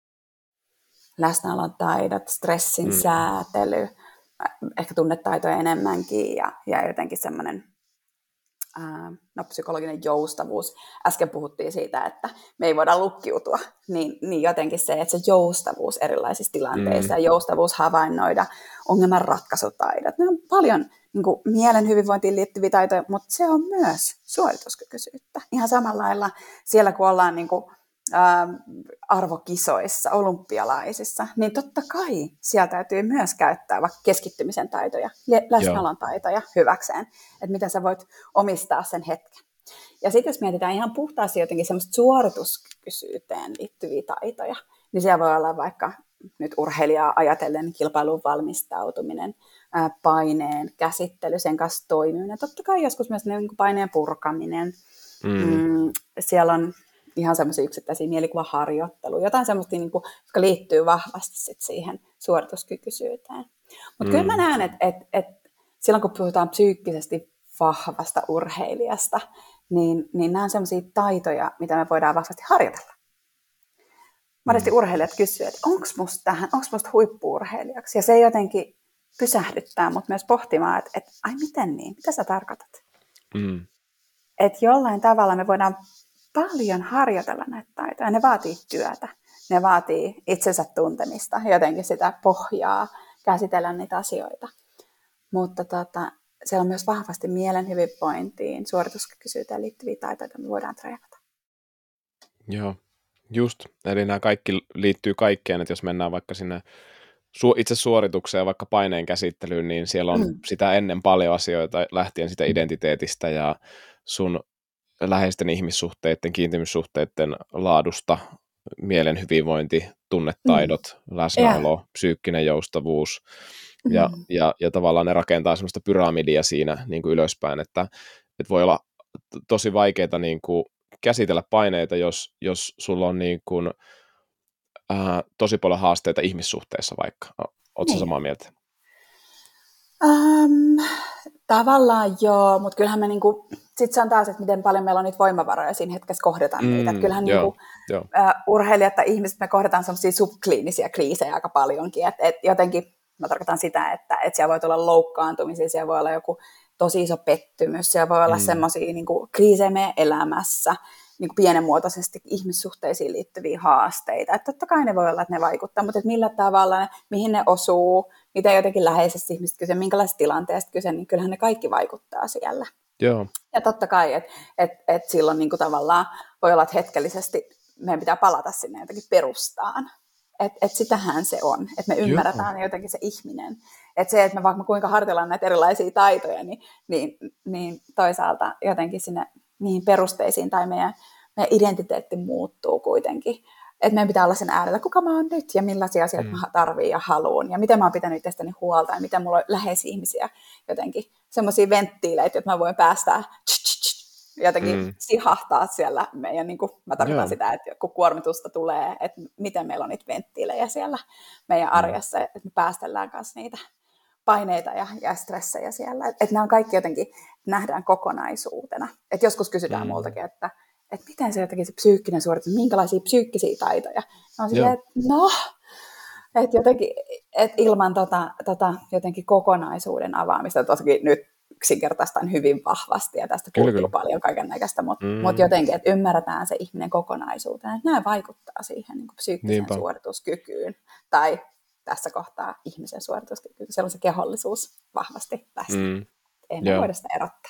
Läsnäolon taidot, stressin säätely, ehkä tunnetaitoja enemmänkin ja jotenkin semmoinen psykologinen joustavuus. Äsken puhuttiin siitä, että me ei voida lukkiutua, niin jotenkin se, että se joustavuus erilaisissa tilanteissa ja joustavuus havainnoida, ongelmanratkaisutaidot, ne on paljon niin kuin mielen hyvinvointiin liittyviä taitoja, mutta se on myös suorituskykyisyyttä. Ihan samalla lailla siellä, kun ollaan niin kuin arvokisoissa, olympialaisissa, niin totta kai siellä täytyy myös käyttää vaikka keskittymisen taitoja, läsnäolon taitoja hyväkseen, että miten sä voit omistaa sen hetken. Ja sitten jos mietitään ihan puhtaasti jotenkin semmoista suorituskykyisyyteen liittyviä taitoja, niin siellä voi olla vaikka nyt urheilijaa ajatellen kilpailuun valmistautuminen, paineen käsittely, sen kanssa toimiminen, totta kai joskus myös niin kuin paineen purkaminen. Siellä on ihan semmoisia yksittäisiä mielikuvaharjoitteluja, jotain semmoista, niin kuin, jotka liittyy vahvasti sit siihen suorituskykyisyyteen. Mutta kyllä mä näen, että silloin kun puhutaan psyykkisesti vahvasta urheilijasta, niin nämä on semmoisia taitoja, mitä me voidaan vahvasti harjoitella. Monesti urheilijat kysyvät, että onko musta huippu-urheilijaksi? Ja se jotenkin pysähdyttää mut myös pohtimaan, että ai miten niin? Mitä sä tarkoitat? Että jollain tavalla me voidaan paljon harjoitella näitä taitoja. Ne vaatii työtä, ne vaatii itsensä tuntemista, jotenkin sitä pohjaa käsitellä niitä asioita. Mutta siellä on myös vahvasti mielen hyvinvointiin, suorituskykyisyyteen liittyviä taitoja, joita me voidaan treenata. Joo, just. Eli nämä kaikki liittyy kaikkeen, että jos mennään vaikka sinne itse suoritukseen, vaikka paineen käsittelyyn, niin siellä on sitä ennen paljon asioita, lähtien sitä identiteetistä ja sun läheisten ihmissuhteiden, kiintymyssuhteiden laadusta, mielen hyvinvointi, tunnetaidot, läsnäolo, psyykkinen joustavuus, ja tavallaan ne rakentaa semmoista pyramidia siinä niin kuin ylöspäin, että voi olla tosi vaikeaa niin kuin käsitellä paineita, jos sulla on niin kuin, tosi paljon haasteita ihmissuhteissa vaikka. Ootko samaa mieltä? Tavallaan joo, mutta kyllähän me niinku, sitten se on taas, että miten paljon meillä on niitä voimavaroja siinä hetkessä kohdata niitä. Että kyllähän niinku, urheilijat tai ihmiset, me kohdataan sellaisia subkliinisiä kriisejä aika paljonkin. Et jotenkin mä tarkoitan sitä, että siellä voi tulla loukkaantumisia, siellä voi olla joku tosi iso pettymys, siellä voi olla semmoisia niinku kriisejä meidän elämässä, niinku pienenmuotoisesti ihmissuhteisiin liittyviä haasteita. Että totta kai ne voi olla, että ne vaikuttaa, mutta millä tavalla, mihin ne osuu, miten jotenkin läheisesti ihmiset kyse, minkälaisesta tilanteesta kyse, niin kyllähän ne kaikki vaikuttaa siellä. Joo. Ja totta kai, että silloin niin kuin tavallaan voi olla, että hetkellisesti meidän pitää palata sinne jotenkin perustaan. Että sitähän se on, että me ymmärretään jotenkin se ihminen. Että se, että me vaikka kuinka harjoitellaan näitä erilaisia taitoja, niin toisaalta jotenkin sinne niihin perusteisiin tai meidän identiteetti muuttuu kuitenkin. Että meidän pitää olla sen äärellä, kuka mä oon nyt ja millaisia asioita mä tarviin ja haluun ja miten mä oon pitänyt itsestäni huolta ja miten mulla on läheisiä ihmisiä jotenkin semmoisia venttiileitä, että mä voin päästä jotenkin sihahtaa siellä meidän, niin kuin mä tarkoitan sitä, että kun kuormitusta tulee, että miten meillä on niitä venttiilejä siellä meidän arjessa, että me päästellään kanssa niitä paineita ja stressejä siellä. Että nämä on kaikki jotenkin, nähdään kokonaisuutena. Että joskus kysytään multakin, että miten se jotenkin se psyykkinen suoritus, minkälaisia psyykkisiä taitoja. No silleen, että jotenkin, että ilman jotenkin kokonaisuuden avaamista, tosikin nyt yksinkertaistaan hyvin vahvasti, ja tästä puhuttuu paljon kaikennäköistä, mutta jotenkin, että ymmärretään se ihminen kokonaisuutena, että nämä vaikuttaa siihen niin kuin psyykkiseen suorituskykyyn, tai tässä kohtaa ihmisen suorituskykyyn, siellä on se kehollisuus vahvasti läsnä. Ei me voida sitä erottaa.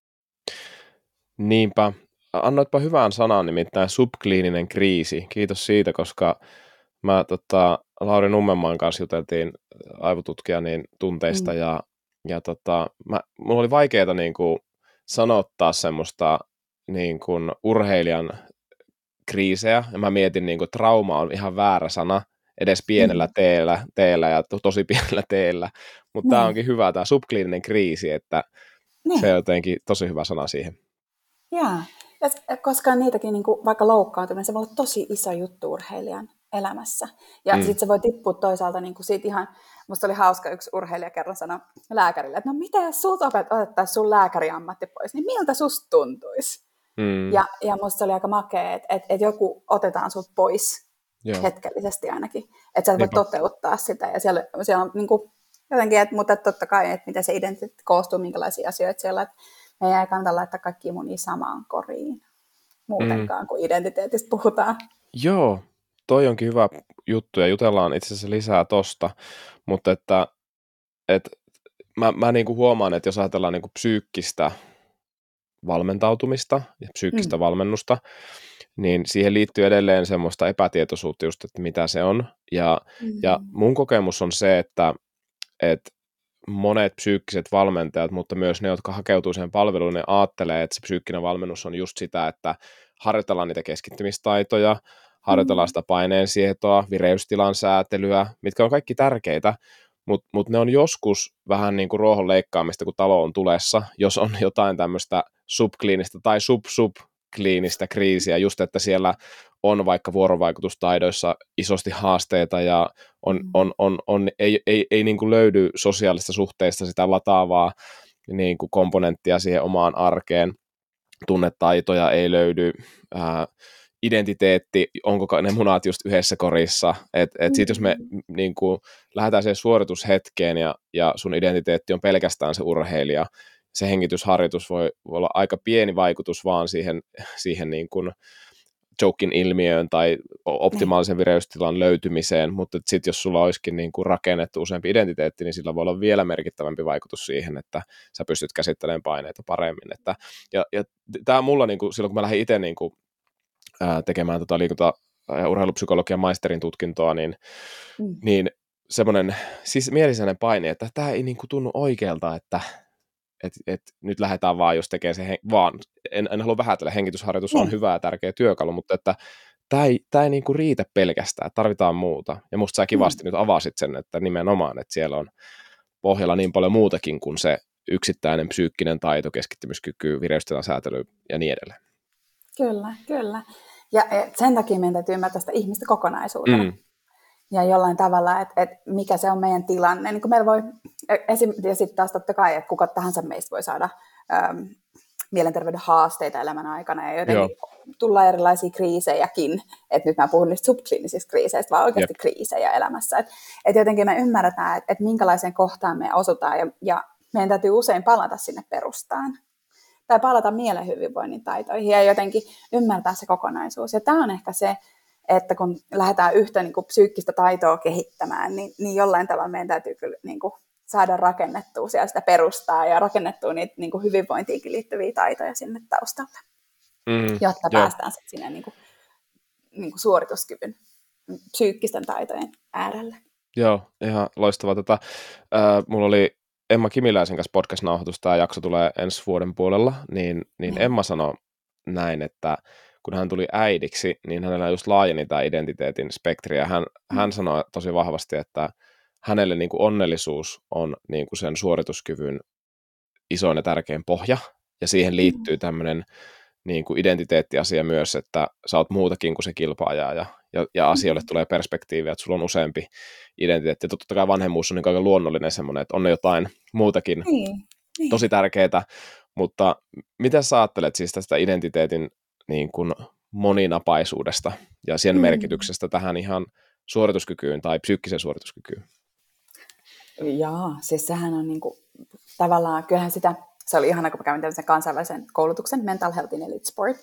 Niinpä. Annoitpa hyvän sanan, nimittäin subkliininen kriisi. Kiitos siitä, koska mä Lauri Nummenmaan kanssa juteltiin aivotutkijan tunteista ja mulla oli vaikeaa niin kuin sanottaa semmoista niin kuin urheilijan kriisejä, ja mä mietin, niin kuin, että trauma on ihan väärä sana, edes pienellä teellä ja tosi pienellä teellä, mutta tämä onkin hyvä, tämä subkliininen kriisi, että se on jotenkin tosi hyvä sana siihen. Jaa. Koska niitäkin, niin kuin, vaikka loukkaantuminen, se voi olla tosi iso juttu urheilijan elämässä. Ja sitten se voi tippua toisaalta niin kuin siitä ihan, musta oli hauska, yksi urheilija kerran sanoi lääkärille, että no mitä jos sulta otettaisiin sun lääkäriammatti pois, niin miltä susta tuntuisi? Ja musta se oli aika makea, että joku otetaan sulta pois hetkellisesti ainakin, että sä voit toteuttaa sitä. Ja siellä on niin kuin, jotenkin, mutta totta kai, että miten se identiteetti koostuu, minkälaisia asioita siellä, että meidän ei kannata laittaa kaikkia munia samaan koriin muutenkaan, kun identiteetistä puhutaan. Joo, toi onkin hyvä juttu ja jutellaan itse asiassa lisää tosta, mutta että mä niinku huomaan, että jos ajatellaan niinku psyykkistä valmentautumista ja psyykkistä valmennusta, niin siihen liittyy edelleen semmoista epätietoisuutta just, että mitä se on. Ja mun kokemus on se, että monet psyykkiset valmentajat, mutta myös ne, jotka hakeutuu siihen palveluun, ne ajattelee, että se psyykkinen valmennus on just sitä, että harjoitellaan niitä keskittymistaitoja, harjoitellaan sitä paineensietoa, vireystilan säätelyä, mitkä on kaikki tärkeitä, mutta ne on joskus vähän niin kuin ruohon leikkaamista, kun talo on tulessa, jos on jotain tämmöistä subkliinistä tai subkliinistä kriisiä, just että siellä on vaikka vuorovaikutustaidoissa isosti haasteita ja ei niin kuin löydy sosiaalista suhteista sitä lataavaa niin kuin komponenttia siihen omaan arkeen, tunnetaitoja ei löydy, identiteetti, onko ne munat just yhdessä korissa, että sitten jos me niin kuin lähdetään siihen suoritushetkeen ja sun identiteetti on pelkästään se urheilija, se hengitysharjoitus voi olla aika pieni vaikutus vaan siihen niin kuin jokin ilmiöön tai optimaalisen vireystilan löytymiseen, mutta sitten jos sulla olisikin niin kuin rakennettu useampi identiteetti, niin sillä voi olla vielä merkittävämpi vaikutus siihen, että sä pystyt käsittelemään paineita paremmin. Ja tämä mulla, niin kuin, silloin kun mä lähdin itse niin kuin, tekemään liikunta- ja urheilupsykologian maisterin tutkintoa, niin semmoinen siis mielisäinen paine, että tämä ei niin kuin tunnu oikealta, että nyt lähdetään vaan, jos tekee se, vaan en halua vähätellä, hengitysharjoitus on hyvä ja tärkeä työkalu, mutta että tämä ei niinku riitä pelkästään, tarvitaan muuta. Ja musta sä kivasti nyt avasit sen, että nimenomaan, että siellä on pohjalla niin paljon muutakin kuin se yksittäinen psyykkinen taito, keskittymiskyky, vireystilan säätely ja niin edelleen. Kyllä. Ja sen takia meidän täytyy ymmärtää sitä ihmistä kokonaisuutena. Ja jollain tavalla, että mikä se on meidän tilanne. Niin kuin meillä voi, ja sitten taas totta kai, että kuka tahansa meistä voi saada mielenterveyden haasteita elämän aikana, ja jotenkin tulla erilaisia kriisejäkin. Että nyt mä puhun niistä subkliinisistä kriiseistä, vaan oikeasti kriisejä elämässä. Että jotenkin me ymmärretään, että minkälaiseen kohtaan me osutaan, ja meidän täytyy usein palata sinne perustaan. Tai palata mielen hyvinvoinnin taitoihin, ja jotenkin ymmärtää se kokonaisuus. Ja tämä on ehkä se, että kun lähdetään yhtä niin kuin psyykkistä taitoa kehittämään, niin jollain tavalla meidän täytyy kyllä niin kuin saada rakennettua siellä sitä perustaa ja rakennettua niitä niin kuin hyvinvointiinkin liittyviä taitoja sinne taustalle, jotta päästään sinne niin kuin suorituskyvyn psyykkisten taitojen äärelle. Joo, ihan loistavaa. Mulla oli Emma Kimiläisen kanssa podcast-nauhoitus, tämä jakso tulee ensi vuoden puolella, niin Emma sanoi näin, että kun hän tuli äidiksi, niin hänellä just laajeni tämä identiteetin spektri, ja hän sanoi tosi vahvasti, että hänelle niin kuin onnellisuus on niin kuin sen suorituskyvyn isoin ja tärkein pohja, ja siihen liittyy tämmöinen niin kuin identiteettiasia myös, että sä oot muutakin kuin se kilpaaja, ja asioille tulee perspektiiviä, että sulla on useampi identiteetti. Totta kai vanhemmuus on niin aika luonnollinen semmoinen, että on jotain muutakin tosi tärkeää, mutta mitä sä ajattelet siis tästä identiteetin niin kuin moninapaisuudesta ja sen merkityksestä tähän ihan suorituskykyyn tai psyykkiseen suorituskykyyn? Jaa, siis sehän on niin kuin, tavallaan, kyllähän se oli ihana, kun mä kävin tämmöisen kansainvälisen koulutuksen, Mental Health in Elite Sport,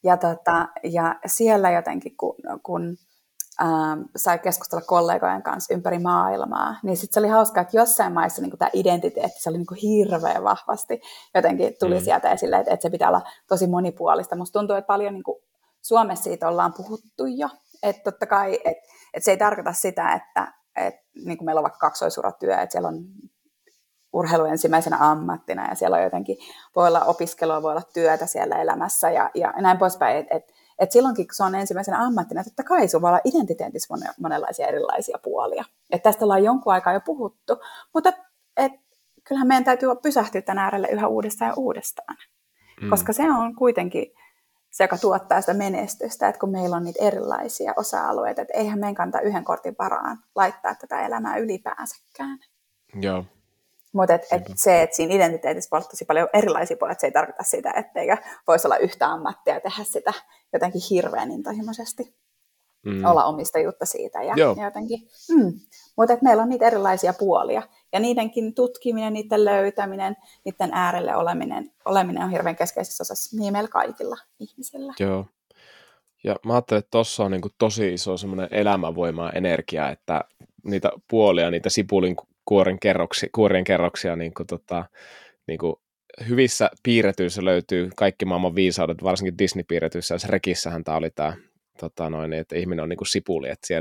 ja siellä jotenkin, kun sai keskustella kollegojen kanssa ympäri maailmaa, niin sitten se oli hauskaa, että jossain maissa niin tämä identiteetti, se oli niin hirveän vahvasti jotenkin tuli sieltä esille, että se pitää olla tosi monipuolista. Musta tuntuu, että paljon niin Suomessa siitä ollaan puhuttu jo, että totta kai, että se ei tarkoita sitä, että niin kuin meillä on vaikka kaksoisuratyö, että siellä on urheilu ensimmäisenä ammattina ja siellä on jotenkin, voi olla opiskelua, voi olla työtä siellä elämässä ja näin poispäin, että silloinkin, kun se on ensimmäisenä ammattina, totta kai sun voi olla identiteetissä monenlaisia erilaisia puolia. Että tästä ollaan jonkun aikaa jo puhuttu, mutta kyllähän meidän täytyy pysähtyä tämän äärelle yhä uudestaan ja uudestaan. Koska se on kuitenkin se, joka tuottaa sitä menestystä, että kun meillä on niitä erilaisia osa-alueita, että eihän meidän kannata yhden kortin varaan laittaa tätä elämää ylipäänsäkään. Joo. Mutta se, että siinä identiteetissä voi olla tosi paljon erilaisia puolia, että se ei tarkoita sitä, etteikö voisi olla yhtä ammattia ja tehdä sitä jotenkin hirveän intohimoisesti, olla omistajuutta siitä. Ja jotenkin, mutta meillä on niitä erilaisia puolia, ja niidenkin tutkiminen, niiden löytäminen, niiden äärelle oleminen on hirveän keskeisessä osassa niin meillä kaikilla ihmisillä. Joo. Ja mä ajattelen, että tuossa on niin kuin tosi iso semmoinen elämänvoima ja energia, että niitä puolia, niitä sipulin kuorien kerroksia niin kuin hyvissä piirretyissä löytyy kaikki maailman viisaudet, varsinkin Disney-piirretyissä, ja rekissähän tämä oli tämä, että ihminen on niin kuin sipuli, että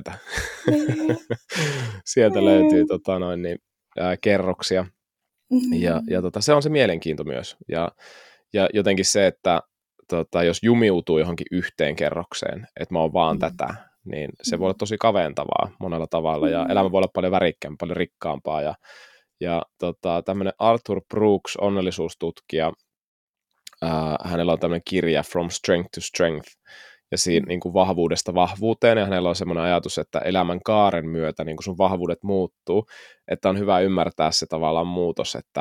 sieltä löytyy kerroksia, ja se on se mielenkiinto myös, ja jotenkin se, että jos jumiutuu johonkin yhteen kerrokseen, että mä oon vaan tätä, niin se voi olla tosi kaventavaa monella tavalla, ja elämä voi olla paljon värikkäämpää, paljon rikkaampaa, ja tämmöinen Arthur Brooks, onnellisuustutkija, hänellä on tämmöinen kirja From Strength to Strength, ja siinä niin kuin vahvuudesta vahvuuteen, ja hänellä on semmoinen ajatus, että elämän kaaren myötä niin kuin sun vahvuudet muuttuu, että on hyvä ymmärtää se tavallaan muutos, että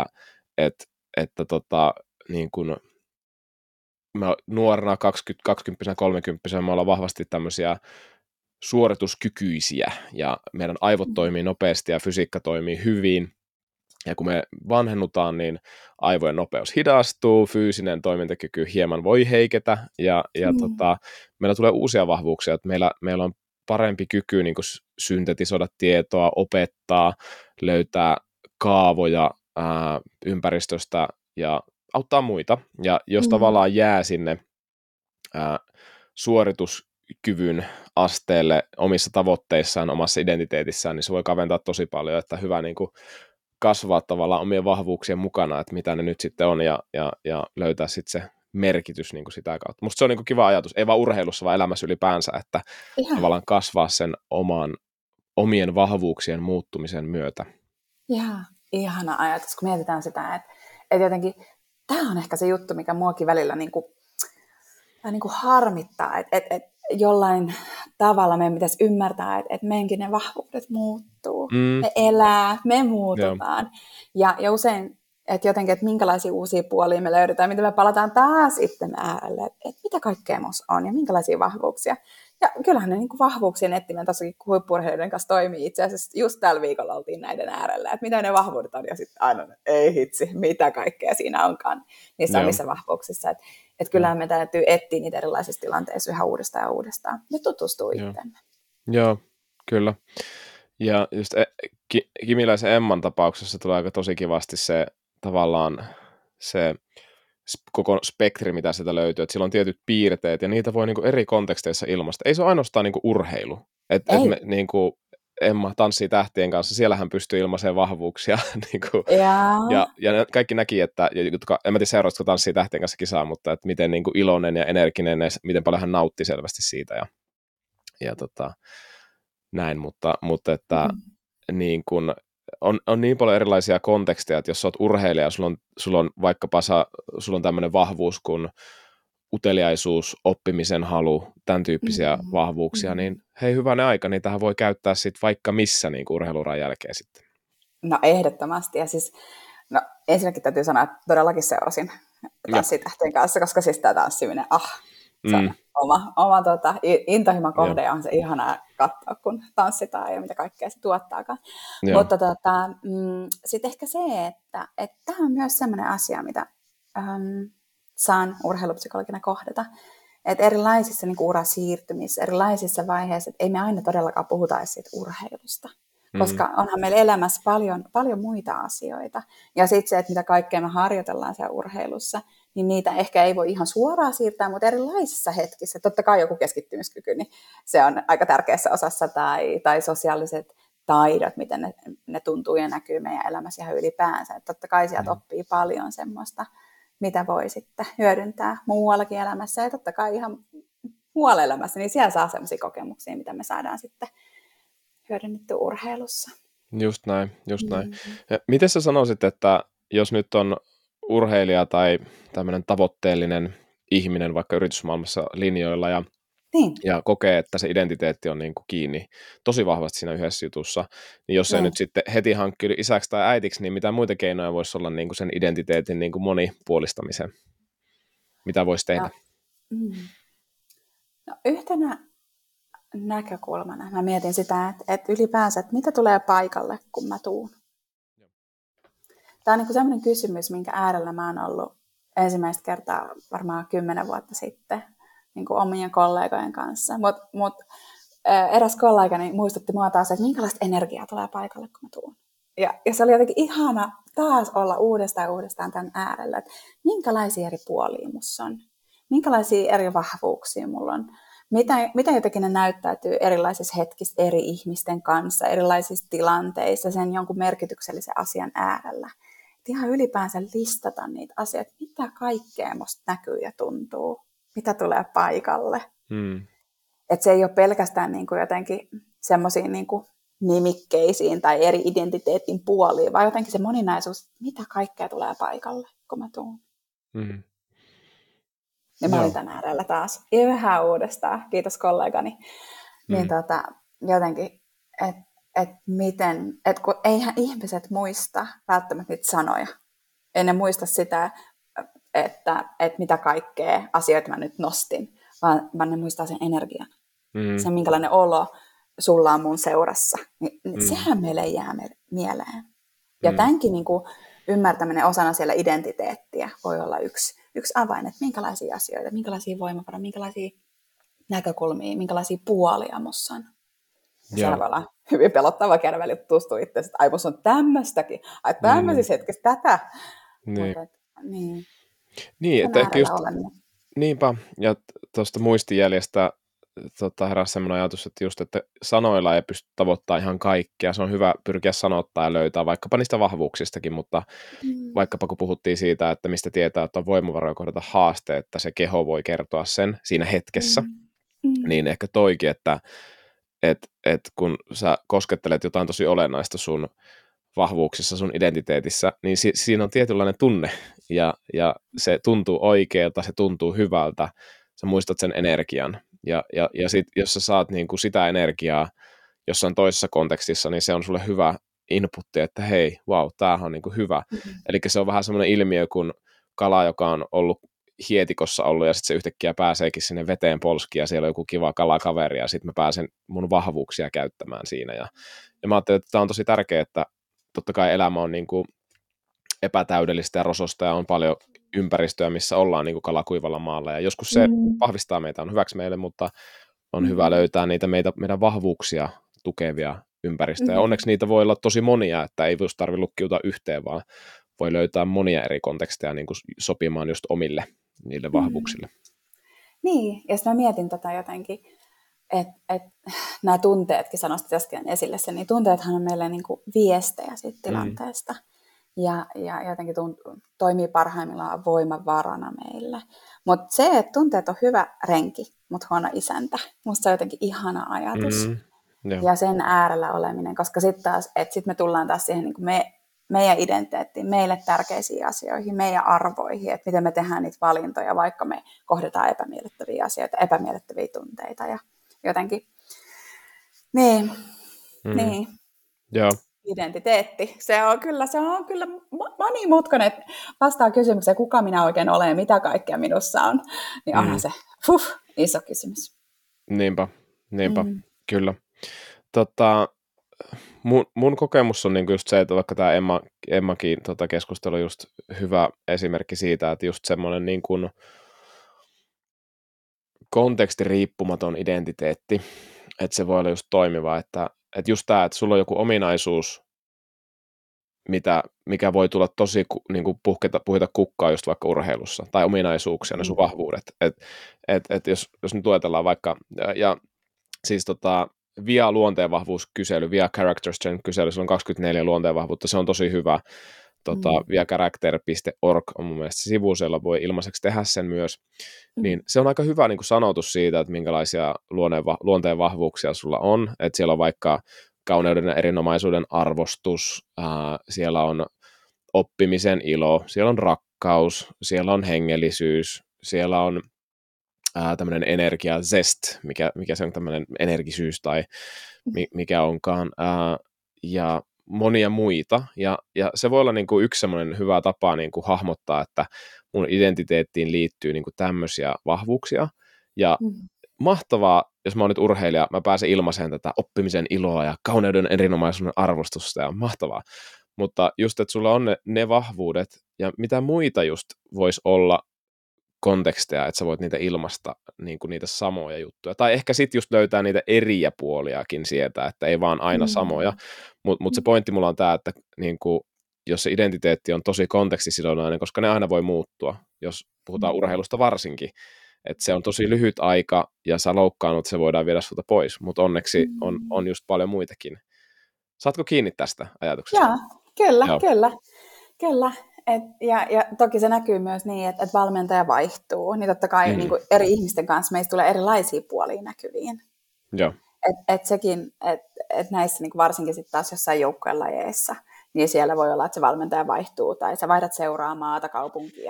niin kuin nuorena 20, 30, me ollaan vahvasti tämmöisiä suorituskykyisiä, ja meidän aivot toimii nopeasti, ja fysiikka toimii hyvin, Ja kun me vanhennutaan, niin aivojen nopeus hidastuu, fyysinen toimintakyky hieman voi heiketä, ja meillä tulee uusia vahvuuksia, että meillä on parempi kyky niin kuin syntetisoida tietoa, opettaa, löytää kaavoja ympäristöstä ja auttaa muita. Ja jos tavallaan jää sinne suorituskyvyn asteelle omissa tavoitteissaan, omassa identiteetissään, niin se voi kaventaa tosi paljon, että hyvä niin kuin kasvaa tavallaan omien vahvuuksien mukana, että mitä ne nyt sitten on, ja löytää sitten se merkitys niin kuin sitä kautta. Musta se on niin kuin kiva ajatus, ei vaan urheilussa, vaan elämässä ylipäänsä, että tavallaan kasvaa sen omien vahvuuksien muuttumisen myötä. Jaa, ihana ajatus, kun mietitään sitä, että jotenkin tämä on ehkä se juttu, mikä muakin välillä niin kuin harmittaa, että jollain tavalla meidän pitäisi ymmärtää, että meidänkin ne vahvuudet muuttuu. Me elää, me muututaan. Ja usein, että jotenkin, että minkälaisia uusia puolia me löydetään, miten me palataan taas itten äärelle, että mitä kaikkea minussa on ja minkälaisia vahvuuksia. Ja kyllähän ne niin kuin vahvuuksien etsiminen tossakin huippu-urheilijoiden kanssa toimii itse asiassa. Just tällä viikolla oltiin näiden äärellä, että mitä ne vahvuudet on, ja sitten aina, ei hitsi, mitä kaikkea siinä onkaan niissä omissa vahvuuksissa. Että kyllähän me täytyy etsiä niitä erilaisissa tilanteissa yhä uudestaan ja uudestaan ja tutustua itsemme. Joo, kyllä. Ja just Kimiläisen Emman tapauksessa tulee aika tosi kivasti se tavallaan se koko spektri, mitä sieltä löytyy, että sillä on tietyt piirteet, ja niitä voi niinku eri konteksteissa ilmaista. Ei se ole ainoastaan niinku urheilu. Niinku Emma tanssii tähtien kanssa, siellähän pystyy ilmaisemaan vahvuuksia. Niinku, ja kaikki näki, että, en mä tiedä seuraavasti, kun tanssii tähtien kanssa kisaa, mutta että miten niinku iloinen ja energinen, ja miten paljon hän nautti selvästi siitä. Ja näin, mutta että niin kun, on niin paljon erilaisia konteksteja, että jos sä oot urheilija, sulla on vaikkapa sulla on tämmöinen vahvuus kuin uteliaisuus, oppimisen halu, tämän tyyppisiä vahvuuksia, niin hei, hyvänen aika, niin tähän voi käyttää sitten vaikka missä niin urheiluuran jälkeen sitten. No ehdottomasti, ja siis ensinnäkin täytyy sanoa, että todellakin seurasin tanssitähtien kanssa, koska siis tämä tanssiminen, se on oma intohimon kohde, ja on se ihanaa katsoa, kun tanssitaan ja mitä kaikkea se tuottaakaan. Mutta sitten ehkä se, että tämä on myös sellainen asia, mitä saan urheilupsykologina kohdata, että erilaisissa niin kuin urasiirtymissä, erilaisissa vaiheissa, että ei me aina todellakaan puhuta edes siitä urheilusta, koska onhan meillä elämässä paljon muita asioita. Ja sitten se, että mitä kaikkea me harjoitellaan siellä urheilussa, niin niitä ehkä ei voi ihan suoraan siirtää, mutta erilaisissa hetkissä, totta kai joku keskittymiskyky, niin se on aika tärkeässä osassa, tai sosiaaliset taidot, miten ne tuntuu ja näkyy meidän elämässä ihan ylipäänsä. Että totta kai sieltä oppii paljon semmoista, mitä voi sitten hyödyntää muuallakin elämässä, ja totta kai ihan muualla elämässä, niin siellä saa sellaisia kokemuksia, mitä me saadaan sitten hyödynnettyä urheilussa. Just näin. Ja miten sä sanoisit, että jos nyt on urheilija tai tämmöinen tavoitteellinen ihminen vaikka yritysmaailmassa linjoilla ja kokee, että se identiteetti on niin kuin kiinni tosi vahvasti siinä yhdessä jutussa, niin jos ei nyt sitten heti hankkiudu isäksi tai äitiksi, niin mitä muita keinoja voisi olla niin kuin sen identiteetin niin kuin monipuolistamiseen? Mitä voisi tehdä? No, yhtenä näkökulmana mä mietin sitä, että ylipäänsä, että mitä tulee paikalle, kun mä tuun. Tämä on niin kuin sellainen kysymys, minkä äärellä mä oon ollut ensimmäistä kertaa varmaan 10 vuotta sitten niin kuin omien kollegojen kanssa. Mutta eräs kollegani muistutti mua taas, että minkälaista energiaa tulee paikalle, kun mä tuun. Ja se oli jotenkin ihana taas olla uudestaan tämän äärellä, että minkälaisia eri puolia musta on, minkälaisia eri vahvuuksia mulla on, mitä jotenkin ne näyttäytyy erilaisissa hetkissä eri ihmisten kanssa, erilaisissa tilanteissa, sen jonkun merkityksellisen asian äärellä. Et ihan ylipäänsä listata niitä asioita, mitä kaikkea musta näkyy ja tuntuu, mitä tulee paikalle. Että se ei ole pelkästään niin kuin jotenkin semmoisiin niin kuin nimikkeisiin tai eri identiteetin puoliin, vaan jotenkin se moninaisuus, mitä kaikkea tulee paikalle, kun mä tuun. Ja mä olin tämän äärellä taas yhä uudestaan, kiitos kollegani. Niin jotenkin, että kun eihän ihmiset muista välttämättä niitä sanoja. Ei ne muista sitä, että mitä kaikkea asioita mä nyt nostin, vaan ne muistaa sen energian. Sen, minkälainen olo sulla on mun seurassa. Sehän meille jää mieleen. Ja tämänkin niin kuin ymmärtäminen osana siellä identiteettiä voi olla yksi avain, että minkälaisia asioita, minkälaisia voimavaroja, minkälaisia näkökulmia, minkälaisia puolia mussa on. Ja siellä voi olla hyvin pelottava käydä välillä tutustua itse, että ai musta on tämmöistäkin, ai tämmöisissä hetkessä tätä. Niin. Niin, että ehkä just, oleminen. niinpä, ja tuosta muistijäljestä heräsi semmoinen ajatus, että just, että sanoilla ei pysty tavoittamaan ihan kaikkea. Se on hyvä pyrkiä sanottaa ja löytää vaikkapa niistä vahvuuksistakin, mutta vaikkapa kun puhuttiin siitä, että mistä tietää, että on voimavaroja kohdata haaste, että se keho voi kertoa sen siinä hetkessä, niin ehkä toikin, että kun sä koskettelet jotain tosi olennaista sun vahvuuksissa, sun identiteetissä, niin siinä on tietynlainen tunne, ja se tuntuu oikealta, se tuntuu hyvältä, sä muistat sen energian, ja sit, jos sä saat niinku sitä energiaa jossain toisessa kontekstissa, niin se on sulle hyvä inputti, että hei, wow, tämähän on niinku hyvä. Eli se on vähän semmoinen ilmiö, kun kala, joka on ollut hietikossa ollut, ja sitten se yhtäkkiä pääseekin sinne veteen polskiin, ja siellä on joku kiva kalakaveri, ja sitten mä pääsen mun vahvuuksia käyttämään siinä. Ja mä ajattelin, että tämä on tosi tärkeää, että totta kai elämä on niin kuin epätäydellistä ja rososta, ja on paljon ympäristöä, missä ollaan niin kuin kalakuivalla maalla, ja joskus se vahvistaa meitä, on hyväksi meille, mutta on hyvä löytää niitä meidän vahvuuksia tukevia ympäristöjä. Onneksi niitä voi olla tosi monia, että ei just tarvitse lukkiutua yhteen, vaan voi löytää monia eri konteksteja niin kuin sopimaan just omille niille vahvuuksille. Niin, ja sitten mä mietin tätä jotenkin, että nämä tunteetkin, sanoisit äsken esille sen, niin tunteethan on meille niin kuin viestejä siitä tilanteesta. Ja jotenkin toimii parhaimmillaan voimavarana meille. Mutta se, että tunteet on hyvä renki, mutta huono isäntä, musta se on jotenkin ihana ajatus. Ja sen äärellä oleminen, koska sitten taas, että sitten me tullaan taas siihen niin kuin meidän identiteettiin, meille tärkeisiin asioihin, meidän arvoihin, että miten me tehdään niitä valintoja, vaikka me kohdataan epämiellyttäviä asioita, epämiellyttäviä tunteita ja jotenkin. Niin. Joo. Identiteetti. Se on kyllä monimutkainen. Vastaa kysymykseen, kuka minä oikein olen ja mitä kaikkea minussa on. Niin onhan se iso kysymys. Niinpä. Kyllä. Mun kokemus on niinku just se, että vaikka tämä Emmakin keskustelu on just hyvä esimerkki siitä, että just semmoinen niin kuin kontekstiriippumaton identiteetti, että se voi olla just toimiva, että just tämä, että sulla on joku ominaisuus, mikä voi tulla tosi niin kuin puhita kukkaa just vaikka urheilussa, tai ominaisuuksia, ne sun vahvuudet, että jos nyt ajatellaan vaikka, ja siis VIA luonteenvahvuuskysely, VIA Character Strength kysely, se on 24 luonteenvahvuutta, se on tosi hyvä. viacharacter.org on mun mielestä sivu, siellä voi ilmaiseksi tehdä sen myös. Niin se on aika hyvä niin kuin sanotus siitä, että minkälaisia luonteen vahvuuksia sulla on. Että siellä on vaikka kauneuden ja erinomaisuuden arvostus, siellä on oppimisen ilo, siellä on rakkaus, siellä on hengellisyys, siellä on tämmöinen energia, zest, mikä se on tämmöinen energisyys tai mikä onkaan, ja monia muita, ja se voi olla niin kuin yksi semmoinen hyvä tapa niin kuin hahmottaa, että mun identiteettiin liittyy niin kuin tämmöisiä vahvuuksia, ja mahtavaa, jos mä oon nyt urheilija, mä pääsen ilmaiseen tätä oppimisen iloa ja kauneuden erinomaisuuden arvostusta, ja mahtavaa, mutta just, että sulla on ne vahvuudet, ja mitä muita just voisi olla konteksteja, että sä voit niitä ilmaista, niin kuin niitä samoja juttuja. Tai ehkä sitten just löytää niitä eriä puoliakin sieltä, että ei vaan aina samoja. Mutta se pointti mulla on tämä, että niin kuin, jos se identiteetti on tosi kontekstisidonnainen, koska ne aina voi muuttua, jos puhutaan urheilusta varsinkin, että se on tosi lyhyt aika ja sä loukkaannut, se voidaan viedä sulta pois, mutta onneksi on just paljon muitakin. Saatko kiinni tästä ajatuksesta? Joo, kyllä. Ja toki se näkyy myös niin, että valmentaja vaihtuu, niin totta kai niin kuin eri ihmisten kanssa meistä tulee erilaisia puolia näkyviin. Joo. Että sekin, että näissä niin kuin varsinkin sitten taas jossain joukkueen lajeissa, niin siellä voi olla, että se valmentaja vaihtuu tai sä vaihdat seuraa maata, kaupunkia.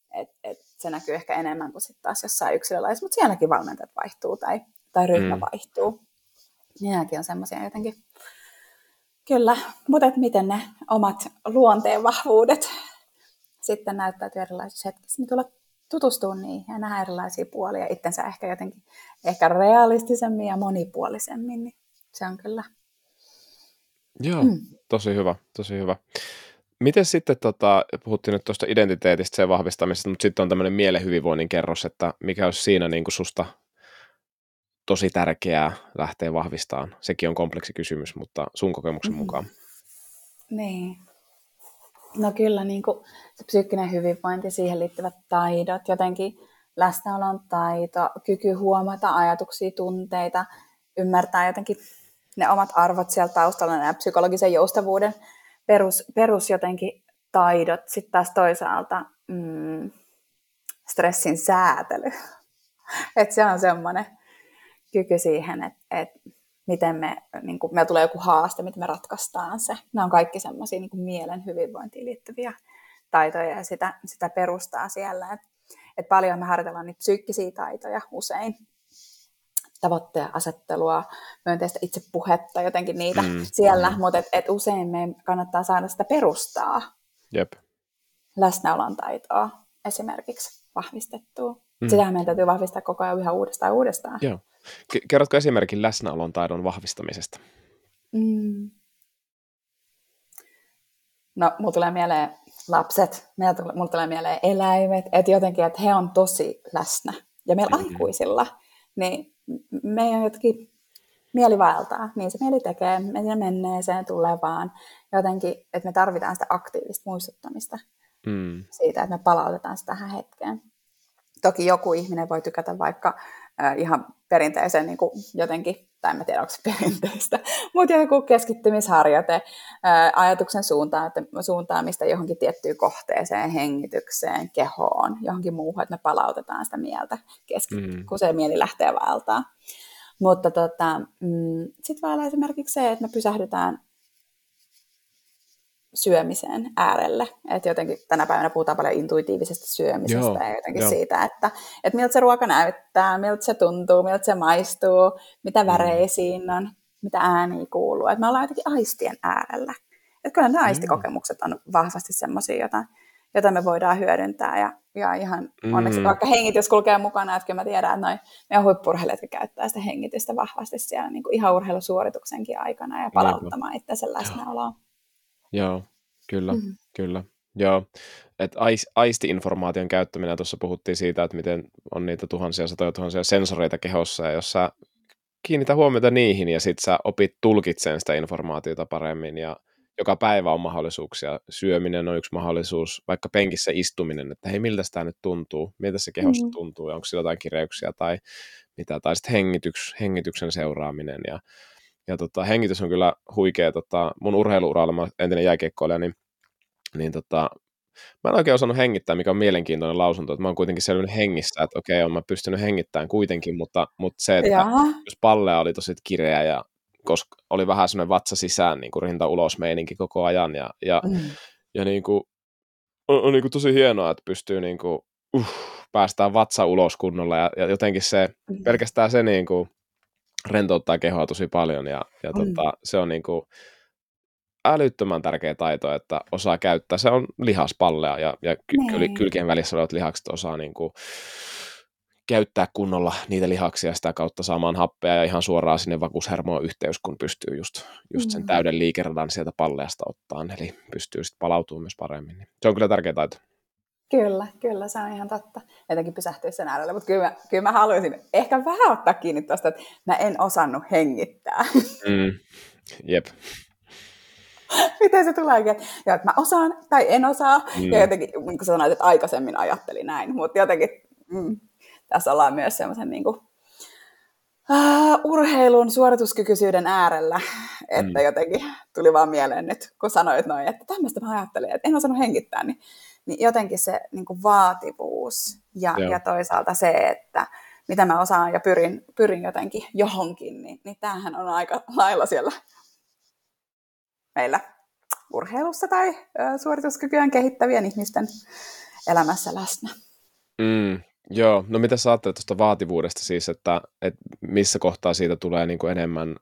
Se näkyy ehkä enemmän kuin sitten taas jossain yksilölajeissa, mutta sielläkin valmentajat vaihtuu tai ryhmä vaihtuu. Nämäkin on semmoisia jotenkin. Kyllä, mutta miten ne omat luonteen vahvuudet sitten näyttäytyy erilaisissa hetkissä, niin tulla tutustua niihin ja nähdä erilaisia puolia itsensä ehkä jotenkin realistisemmin ja monipuolisemmin, niin se on kyllä Joo, tosi hyvä, tosi hyvä. Miten sitten, puhuttiin nyt tuosta identiteetistä, sen vahvistamisesta, mutta sitten on tämmöinen mielen hyvinvoinnin kerros, että mikä olisi siinä niin kuin susta tosi tärkeää lähteä vahvistamaan? Sekin on kompleksi kysymys, mutta sun kokemuksen mukaan. Niin. No kyllä niin kuin se psyykkinen hyvinvointi, siihen liittyvät taidot, jotenkin läsnäolon taito, kyky huomata ajatuksia, tunteita, ymmärtää jotenkin ne omat arvot siellä taustalla, nämä psykologisen joustavuuden perus jotenkin taidot. Sitten taas toisaalta stressin säätely. Että se on semmoinen kyky siihen, että miten meillä tulee joku haaste, miten me ratkaistaan se. Nämä on kaikki semmoisia niin mielen hyvinvointiin liittyviä taitoja ja sitä perustaa siellä. Et paljon me harjoitellaan niitä psyykkisiä taitoja usein. Tavoitteen asettelua, myönteistä itsepuhetta, jotenkin niitä siellä, mutta et usein meidän kannattaa saada sitä perustaa. Jep. Läsnäolon taitoa esimerkiksi vahvistettua. Sitähän meidän täytyy vahvistaa koko ajan yhä uudestaan. Joo. Kerrotko esimerkin läsnäolon taidon vahvistamisesta? No, mulla tulee mieleen lapset, mulla tulee mieleen eläimet, että jotenkin, että he on tosi läsnä. Ja meillä aikuisilla, niin meidän jotenkin mieli vaeltaa, niin se mieli tekee, me menneeseen tulevaan. Jotenkin, että me tarvitaan sitä aktiivista muistuttamista siitä, että me palautetaan sitä tähän hetkeen. Toki joku ihminen voi tykätä vaikka ihan perinteisen niin kuin jotenkin, tai en tiedä onko se perinteistä, mutta joku keskittymisharjoite, ajatuksen suuntaamista johonkin tiettyyn kohteeseen, hengitykseen, kehoon, johonkin muuhun, että me palautetaan sitä mieltä, kun se mieli lähtee vaeltaa. Mutta sitten voi olla esimerkiksi se, että me pysähdytään syömisen äärelle. Että jotenkin tänä päivänä puhutaan paljon intuitiivisesta syömisestä ja jotenkin siitä, että miltä se ruoka näyttää, miltä se tuntuu, miltä se maistuu, mitä värejä siinä on, mitä ääniä kuuluu. Että me ollaan jotenkin aistien äärellä. Että kyllä nämä aistikokemukset on vahvasti semmoisia, jota me voidaan hyödyntää. Ja ihan onneksi vaikka hengitys kulkee mukana, että kyllä mä tiedän, että meidän huippu-urheilijat käyttää sitä hengitystä vahvasti siellä niin kuin ihan urheilusuorituksenkin aikana ja palauttamaan itsensä läsnäoloa. Joo, kyllä. Joo, että aisti-informaation käyttäminen, tuossa puhuttiin siitä, että miten on niitä satoja tuhansia sensoreita kehossa, ja jos sä kiinnitä huomiota niihin, ja sit sä opit tulkitsemaan sitä informaatiota paremmin, ja joka päivä on mahdollisuuksia. Syöminen on yksi mahdollisuus, vaikka penkissä istuminen, että hei, miltä tämä nyt tuntuu, miltä se kehossa tuntuu, ja onko sillä jotain kireyksia tai mitä, tai sitten hengityksen seuraaminen, ja hengitys on kyllä huikea. Mun urheiluuralla, mä entinen jääkiekkoilija, niin mä en oikein osannut hengittää, mikä on mielenkiintoinen lausunto, että mä oon kuitenkin selvinnyt hengissä, että okei, oon mä pystynyt hengittämään kuitenkin, mutta se, että jos pallea oli tosi kireä ja koska oli vähän semmoinen vatsa sisään, niin kuin rinta ulos meininki koko ajan, ja niin kuin, on niin kuin tosi hienoa, että pystyy niin kuin, päästään vatsa ulos kunnolla, ja jotenkin se, pelkästään se niin kuin rentouttaa kehoa tosi paljon, ja se on niin kuin älyttömän tärkeä taito, että osaa käyttää. Se on lihaspallea, ja kylkien välissä olevat lihakset osaa niin kuin käyttää kunnolla niitä lihaksia, sitä kautta saamaan happea ja ihan suoraan sinne vakuushermoon yhteys, kun pystyy just sen täyden liikeradan sieltä palleasta ottaan, eli pystyy sitten palautumaan myös paremmin. Se on kyllä tärkeä taito. Kyllä, se on ihan totta. Jotenkin pysähtyä sen äärelle, mutta kyllä mä haluaisin ehkä vähän ottaa kiinni tuosta, että mä en osannut hengittää. Jep. Miten se tuleekin? Ja että mä osaan tai en osaa. Ja jotenkin, niin kuin sanoit, että aikaisemmin ajattelin näin, mutta jotenkin tässä ollaan myös semmoisen niin kuin, urheilun suorituskykyisyyden äärellä, että jotenkin tuli vaan mieleen nyt, kun sanoit noin, että tämmöistä mä ajattelin, että en osannut hengittää, niin jotenkin se niin kuin vaativuus ja toisaalta se, että mitä mä osaan ja pyrin jotenkin johonkin, niin tämähän on aika lailla siellä meillä urheilussa tai suorituskykyään kehittävien ihmisten elämässä läsnä. Joo, no mitä sä ajattelet tuosta vaativuudesta siis, että missä kohtaa siitä tulee niin kuin enemmän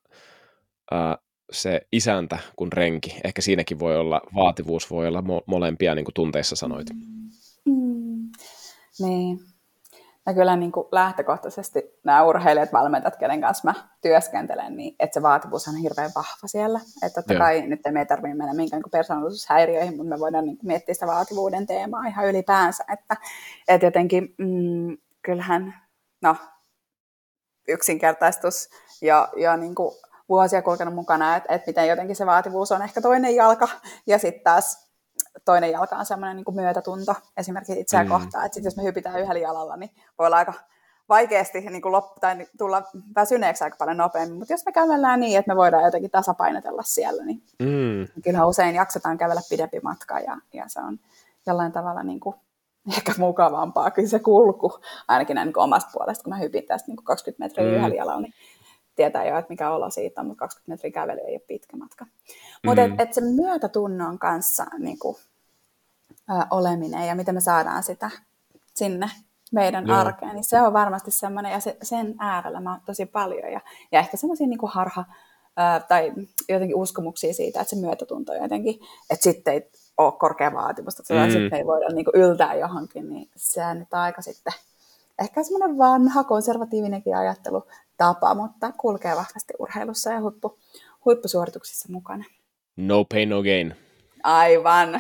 se isäntä kuin renki? Ehkä siinäkin voi olla, vaativuus voi olla molempia, niin kuin tunteissa sanoit. Niin. Ja kyllä niin kuin lähtökohtaisesti nämä urheilijat, valmentajat, kenen kanssa mä työskentelen, niin että se vaativuus on hirveän vahva siellä. Että totta kai nyt me ei tarvitse mennä minkään niin persoonallisuushäiriöihin, mutta me voidaan niin kuin miettiä sitä vaativuuden teemaa ihan ylipäänsä. Että jotenkin kyllähän, no yksinkertaistus ja niin kuin vuosia kulkenut mukana, että miten jotenkin se vaativuus on ehkä toinen jalka ja sitten taas toinen jalka on semmoinen niin kuin myötätunto esimerkiksi itseä kohtaan, että jos me hypitään yhdellä jalalla, niin voi olla aika vaikeasti niin kuin tai tulla väsyneeksi aika paljon nopeammin, mutta jos me kävellään niin, että me voidaan jotenkin tasapainotella siellä, niin kyllähän usein jaksetaan kävellä pidempi matka ja se on jollain tavalla niin kuin ehkä mukavampaa kyllä se kulku, ainakin näin niin kuin omasta puolesta, kun mä hypin tästä niin kuin 20 metriä yhdellä jalalla, niin tietää jo, että mikä olo siitä on, mutta 20 metriä kävely ei ole pitkä matka. Mutta et sen myötätunnon kanssa niin kuin, oleminen ja miten me saadaan sitä sinne meidän arkeen, niin se on varmasti semmoinen, ja sen äärellä mä oon tosi paljon. Ja ehkä semmoisia niin kuin tai jotenkin uskomuksia siitä, että se myötätunto jotenkin, että sitten ei ole korkea vaatimusta, tai sitten ei voida niin kuin yltää johonkin, niin se nyt on aika sitten ehkä semmoinen vanha konservatiivinenkin ajattelutapa, mutta kulkee vahvasti urheilussa ja huippusuorituksissa mukana. No pain, no gain. Aivan.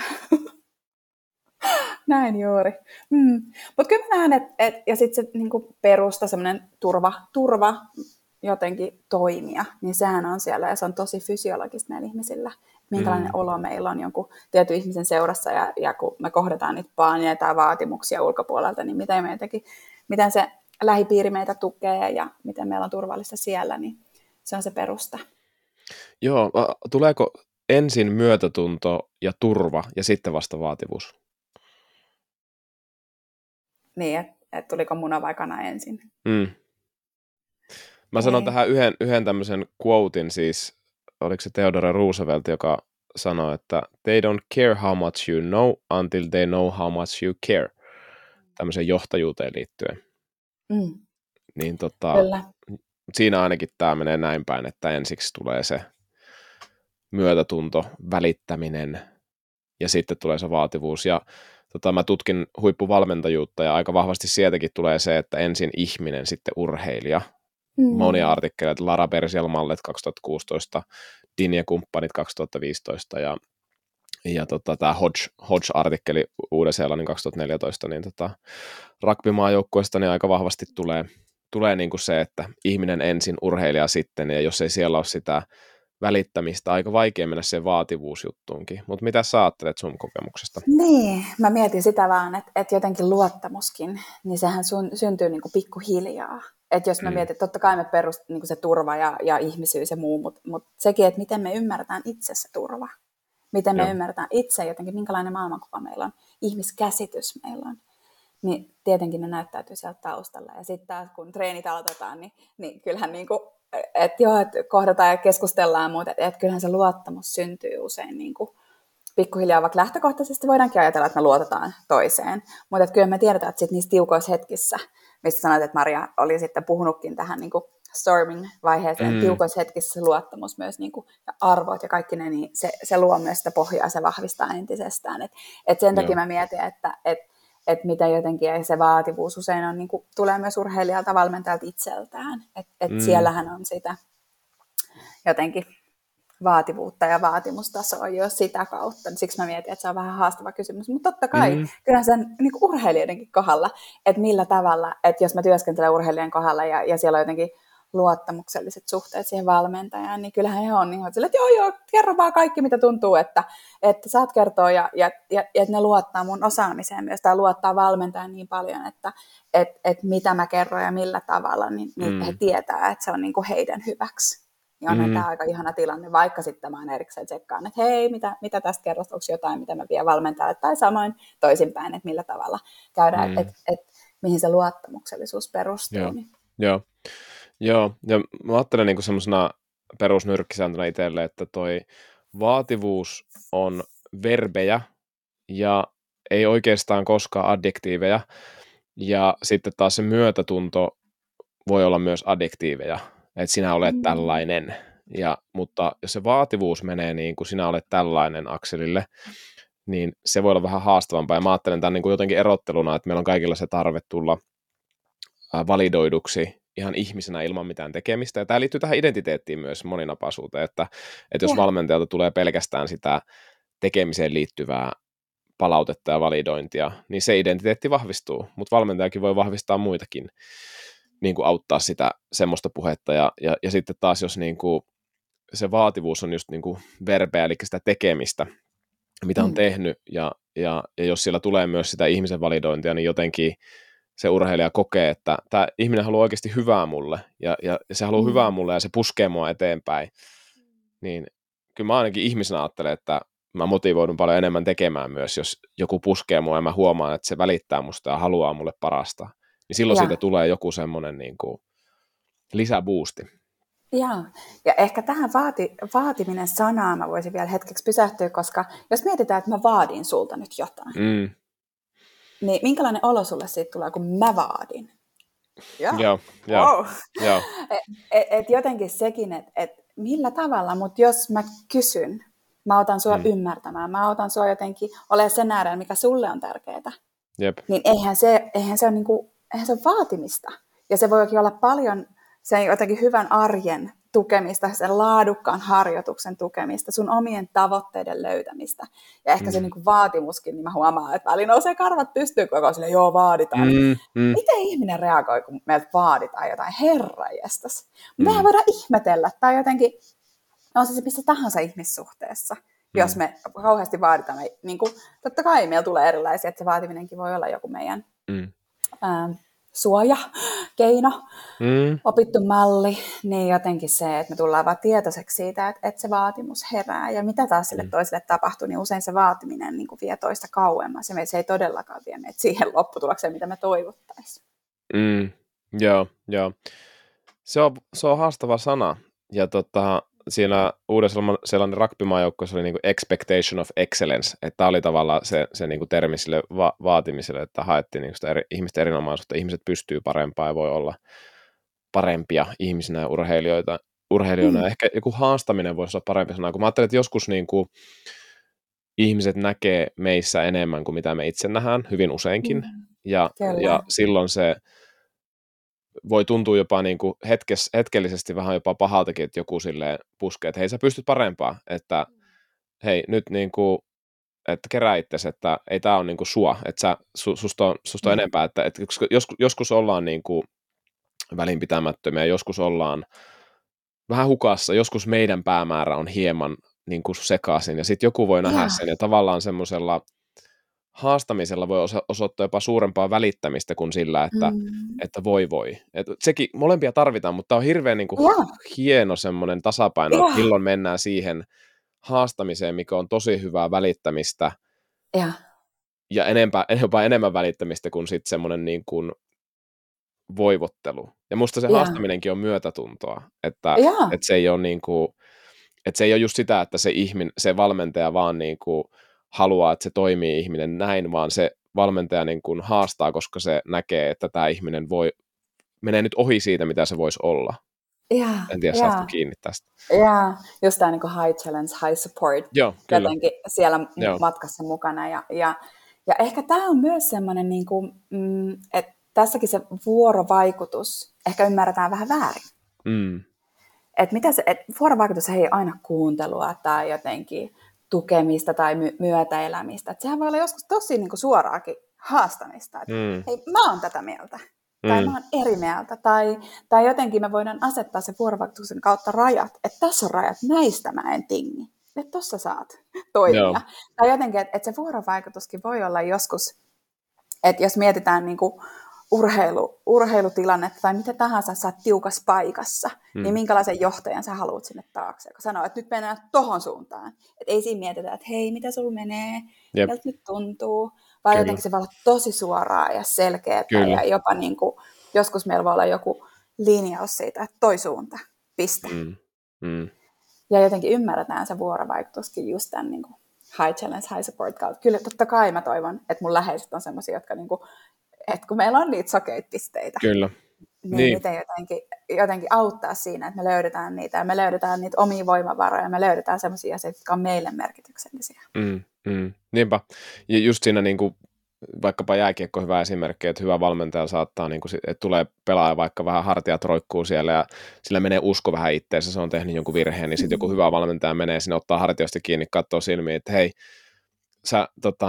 Näin juuri. Mutta kyllä mä näen, ja sitten se niinku perusta, semmoinen turva jotenkin toimia, niin sehän on siellä, ja se on tosi fysiologista meillä ihmisillä. Minkälainen olo meillä on jonkun tietyn ihmisen seurassa, ja kun me kohdataan niitä paineita tai vaatimuksia ulkopuolelta, niin miten se lähipiiri meitä tukee, ja miten meillä on turvallista siellä, niin se on se perusta. Joo, tuleeko ensin myötätunto ja turva, ja sitten vasta vaativuus? Niin, että tuliko muna vai kana ensin? Mä sanon tähän yhden tämmöisen quotein, siis oliko se Theodore Roosevelt, joka sanoi, että they don't care how much you know until they know how much you care, tämmöiseen johtajuuteen liittyen. Niin siinä ainakin tämä menee näin päin, että ensiksi tulee se myötätunto, välittäminen ja sitten tulee se vaativuus. Ja mä tutkin huippuvalmentajuutta ja aika vahvasti sieltäkin tulee se, että ensin ihminen, sitten urheilija. Monia artikkeleita, Lara Bersiel-mallit 2016, Din ja kumppanit 2015 ja tämä Hodge-artikkeli Uuden-Seelannin 2014, niin rugby-maajoukkueesta niin aika vahvasti tulee niin kuin se, että ihminen ensin, urheilija sitten, ja jos ei siellä ole sitä välittämistä, aika vaikea mennä siihen vaativuusjuttuunkin. Mutta mitä sä ajattelet sun kokemuksesta? Niin, mä mietin sitä vaan, että jotenkin luottamuskin, niin sehän syntyy niin kuin pikkuhiljaa. Että jos mä mietin, että totta kai me niin se turva ja ihmisyys ja muu, mutta sekin, että miten me ymmärretään itse se turva. Miten me ymmärretään itse jotenkin, minkälainen maailmankuva meillä on, ihmiskäsitys meillä on. Niin tietenkin ne näyttäytyy sieltä taustalla. Ja sitten taas kun treenit aloitetaan, niin kyllähän niin kuin, että kohdataan ja keskustellaan, mutta että kyllähän se luottamus syntyy usein niin kuin pikkuhiljaa, vaikka lähtökohtaisesti voidaankin ajatella, että me luotetaan toiseen. Mutta kyllä me tiedetään, että sitten niissä tiukoissa hetkissä, mistä sanoit, että Maria oli sitten puhunutkin tähän niin kuin storming-vaiheeseen, tiukoissa hetkissä se luottamus myös niin kuin, ja arvot ja kaikki ne, niin se luo myös sitä pohjaa, se vahvistaa entisestään. Et sen takia mä mietin, että miten jotenkin se vaativuus usein on, niin kuin, tulee myös urheilijalta, valmentajalta itseltään. Että siellähän on sitä jotenkin vaativuutta ja vaatimustasoa jo sitä kautta. Siksi mä mietin, että se on vähän haastava kysymys. Mutta totta kai, kyllähän sen niin kuin urheilijoidenkin kohdalla, että millä tavalla, että jos mä työskentelen urheilijan kohdalla ja siellä on jotenkin luottamukselliset suhteet siihen valmentajaan, niin kyllähän he on ihan sillä, että joo, kerro vaan kaikki, mitä tuntuu, että saat kertoa ja että ne luottaa mun osaamiseen myös, tai luottaa valmentajan niin paljon, että mitä mä kerron ja millä tavalla, niin he tietää, että se on niin kuin heidän hyväksi. Niin onhan tämä aika ihana tilanne, vaikka sitten mä oon erikseen tsekkaan, että hei, mitä tästä kerrosta, onko jotain, mitä mä vien valmentajalle, tai samoin toisinpäin, että millä tavalla käydään, että mihin se luottamuksellisuus perustuu. Joo, ja mä ajattelen niin semmoisena perusnyrkkisääntönä itselle, että toi vaativuus on verbejä ja ei oikeastaan koskaan adjektiiveja, ja sitten taas se myötätunto voi olla myös adjektiiveja, että sinä olet tällainen, mutta jos se vaativuus menee niin kuin sinä olet tällainen akselille, niin se voi olla vähän haastavampaa, ja mä ajattelen tämän niin kuin jotenkin erotteluna, että meillä on kaikilla se tarve tulla validoiduksi ihan ihmisenä ilman mitään tekemistä. Ja tämä liittyy tähän identiteettiin myös moninapaisuuteen, että jos Joo. valmentajalta tulee pelkästään sitä tekemiseen liittyvää palautetta ja validointia, niin se identiteetti vahvistuu, mutta valmentajakin voi vahvistaa muitakin, niin kuin auttaa sitä semmoista puhetta. Ja sitten taas, jos niin kuin se vaativuus on just niin kuin verbeä, eli sitä tekemistä, mitä on tehnyt, ja jos siellä tulee myös sitä ihmisen validointia, niin jotenkin se urheilija kokee, että tämä ihminen haluaa oikeasti hyvää mulle, ja se haluaa hyvää mulle, ja se puskee mua eteenpäin, niin kyllä mä ainakin ihmisenä ajattelen, että mä motivoidun paljon enemmän tekemään myös, jos joku puskee mua, ja mä huomaan, että se välittää musta ja haluaa mulle parasta, niin silloin siitä tulee joku semmoinen niin kuin lisäboosti. Joo, ja ehkä tähän vaatiminen sanaa mä voisin vielä hetkeksi pysähtyä, koska jos mietitään, että mä vaadin sulta nyt jotain, niin minkälainen olo sulle siitä tulee, kun mä vaadin? Joo. Et jotenkin sekin, että millä tavalla, mutta jos mä kysyn, mä otan sua ymmärtämään, mä otan sua jotenkin olemaan sen äärellä, mikä sulle on tärkeää, niin eihän se ole vaatimista. Ja se voi olla paljon sen jotenkin hyvän arjen tukemista, sen laadukkaan harjoituksen tukemista, sun omien tavoitteiden löytämistä. Ja ehkä se niin kuin vaatimuskin, niin mä huomaan, että väliin nousee karvat pystyy koko sille, joo, vaaditaan. Miten ihminen reagoi, kun meiltä vaaditaan jotain? Herranjestas. Mehän voidaan ihmetellä, tai jotenkin, on se missä tahansa ihmissuhteessa, jos me kauheasti vaaditaan. Niin kuin, totta kai meillä tulee erilaisia, että se vaatiminenkin voi olla joku meidän suoja, keino, opittu malli, niin jotenkin se, että me tullaan vaan tietoiseksi siitä, että se vaatimus herää, ja mitä taas sille toiselle tapahtuu, niin usein se vaatiminen niin kuin vie toista kauemmas, ja se ei todellakaan vie meitä siihen lopputulokseen, mitä me toivottaisiin. Joo. Se on haastava sana, ja siinä Uuden-Seelannin rugby-maajoukkueessa oli niin kuin expectation of excellence, että tämä oli tavallaan se niin kuin termi sille vaatimiselle, että haettiin niin sitä ihmisten erinomaisuutta, ihmiset pystyy parempaan ja voi olla parempia ihmisinä ja urheilijoina. Ehkä joku haastaminen voisi olla parempi sana, kun mä ajattelen, että joskus niin kuin ihmiset näkee meissä enemmän kuin mitä me itse nähdään, hyvin useinkin, ja silloin se voi tuntua jopa niin kuin hetkellisesti vähän jopa pahaltakin, että joku silleen puskee, että hei, sä pystyt parempaa, että hei, nyt niin kuin, että kerää itsesi, että ei tää ole niin kuin sua, että susta on enempää, että joskus ollaan niin kuin välinpitämättömiä, joskus ollaan vähän hukassa, joskus meidän päämäärä on hieman niin kuin sekaisin, ja sitten joku voi nähdä sen, ja tavallaan semmoisella haastamisella voi osoittaa jopa suurempaa välittämistä kuin sillä, että voi. Sekin molempia tarvitaan, mutta on hirveän niin kuin hieno semmoinen tasapaino, että milloin mennään siihen haastamiseen, mikä on tosi hyvää välittämistä ja jopa enemmän välittämistä kuin sitten semmoinen niin kuin voivottelu. Ja musta se haastaminenkin on myötätuntoa, että se ei ole niin kuin, että se ei ole just sitä, että se valmentaja vaan niin kuin haluaa, että se toimii ihminen näin, vaan se valmentaja niin kuin haastaa, koska se näkee, että tämä ihminen menee nyt ohi siitä, mitä se voisi olla. En tiedä, saatko kiinni tästä. Just tämä niin kuin high challenge, high support, jotenkin siellä matkassa mukana. Ja ehkä tämä on myös semmoinen, niin kuin, että tässäkin se vuorovaikutus ehkä ymmärretään vähän väärin. Että vuorovaikutus ei aina kuuntelua tai jotenkin tukemista tai myötäelämistä. Että sehän voi olla joskus tosi niin kuin suoraakin haastamista. Että hei, mä oon tätä mieltä. Tai mä oon eri mieltä. Tai jotenkin me voidaan asettaa se vuorovaikutuksen kautta rajat. Että tässä on rajat, näistä mä en tingi. Että tossa saat toimia. Tai jotenkin, että se vuorovaikutuskin voi olla joskus, että jos mietitään niin kuin urheilutilannetta tai mitä tahansa, sä oot tiukassa paikassa, niin minkälaisen johtajan sä haluat sinne taakse, kun sanoo, että nyt mennään tohon suuntaan. Että ei siinä mietitä, että hei, mitä sulla menee, miltä nyt tuntuu, vaan jotenkin se voi olla tosi suoraa ja selkeää ja jopa niin kuin, joskus meillä voi olla joku linjaus siitä, että toi suunta, piste. Ja jotenkin ymmärretään se vuorovaikutuskin just tämän niin kuin high challenge, high support kautta. Kyllä totta kai mä toivon, että mun läheiset on semmoisia, jotka niin kuin, että kun meillä on niitä sokeita pisteitä, niin niitä jotenkin auttaa siinä, että me löydetään niitä ja me löydetään niitä omia voimavaroja ja me löydetään sellaisia asioita, jotka on meille merkityksellisiä. Niinpä. Ja just siinä niin kuin vaikkapa jääkiekko on hyvä esimerkki, että hyvä valmentaja saattaa, niin kuin, että tulee pelaaja vaikka vähän hartiat roikkuu siellä ja sillä menee usko vähän itteensä, se on tehnyt jonkun virheen, niin sitten joku hyvä valmentaja menee sinne, ottaa hartioista kiinni, katsoo silmiin, että hei, sä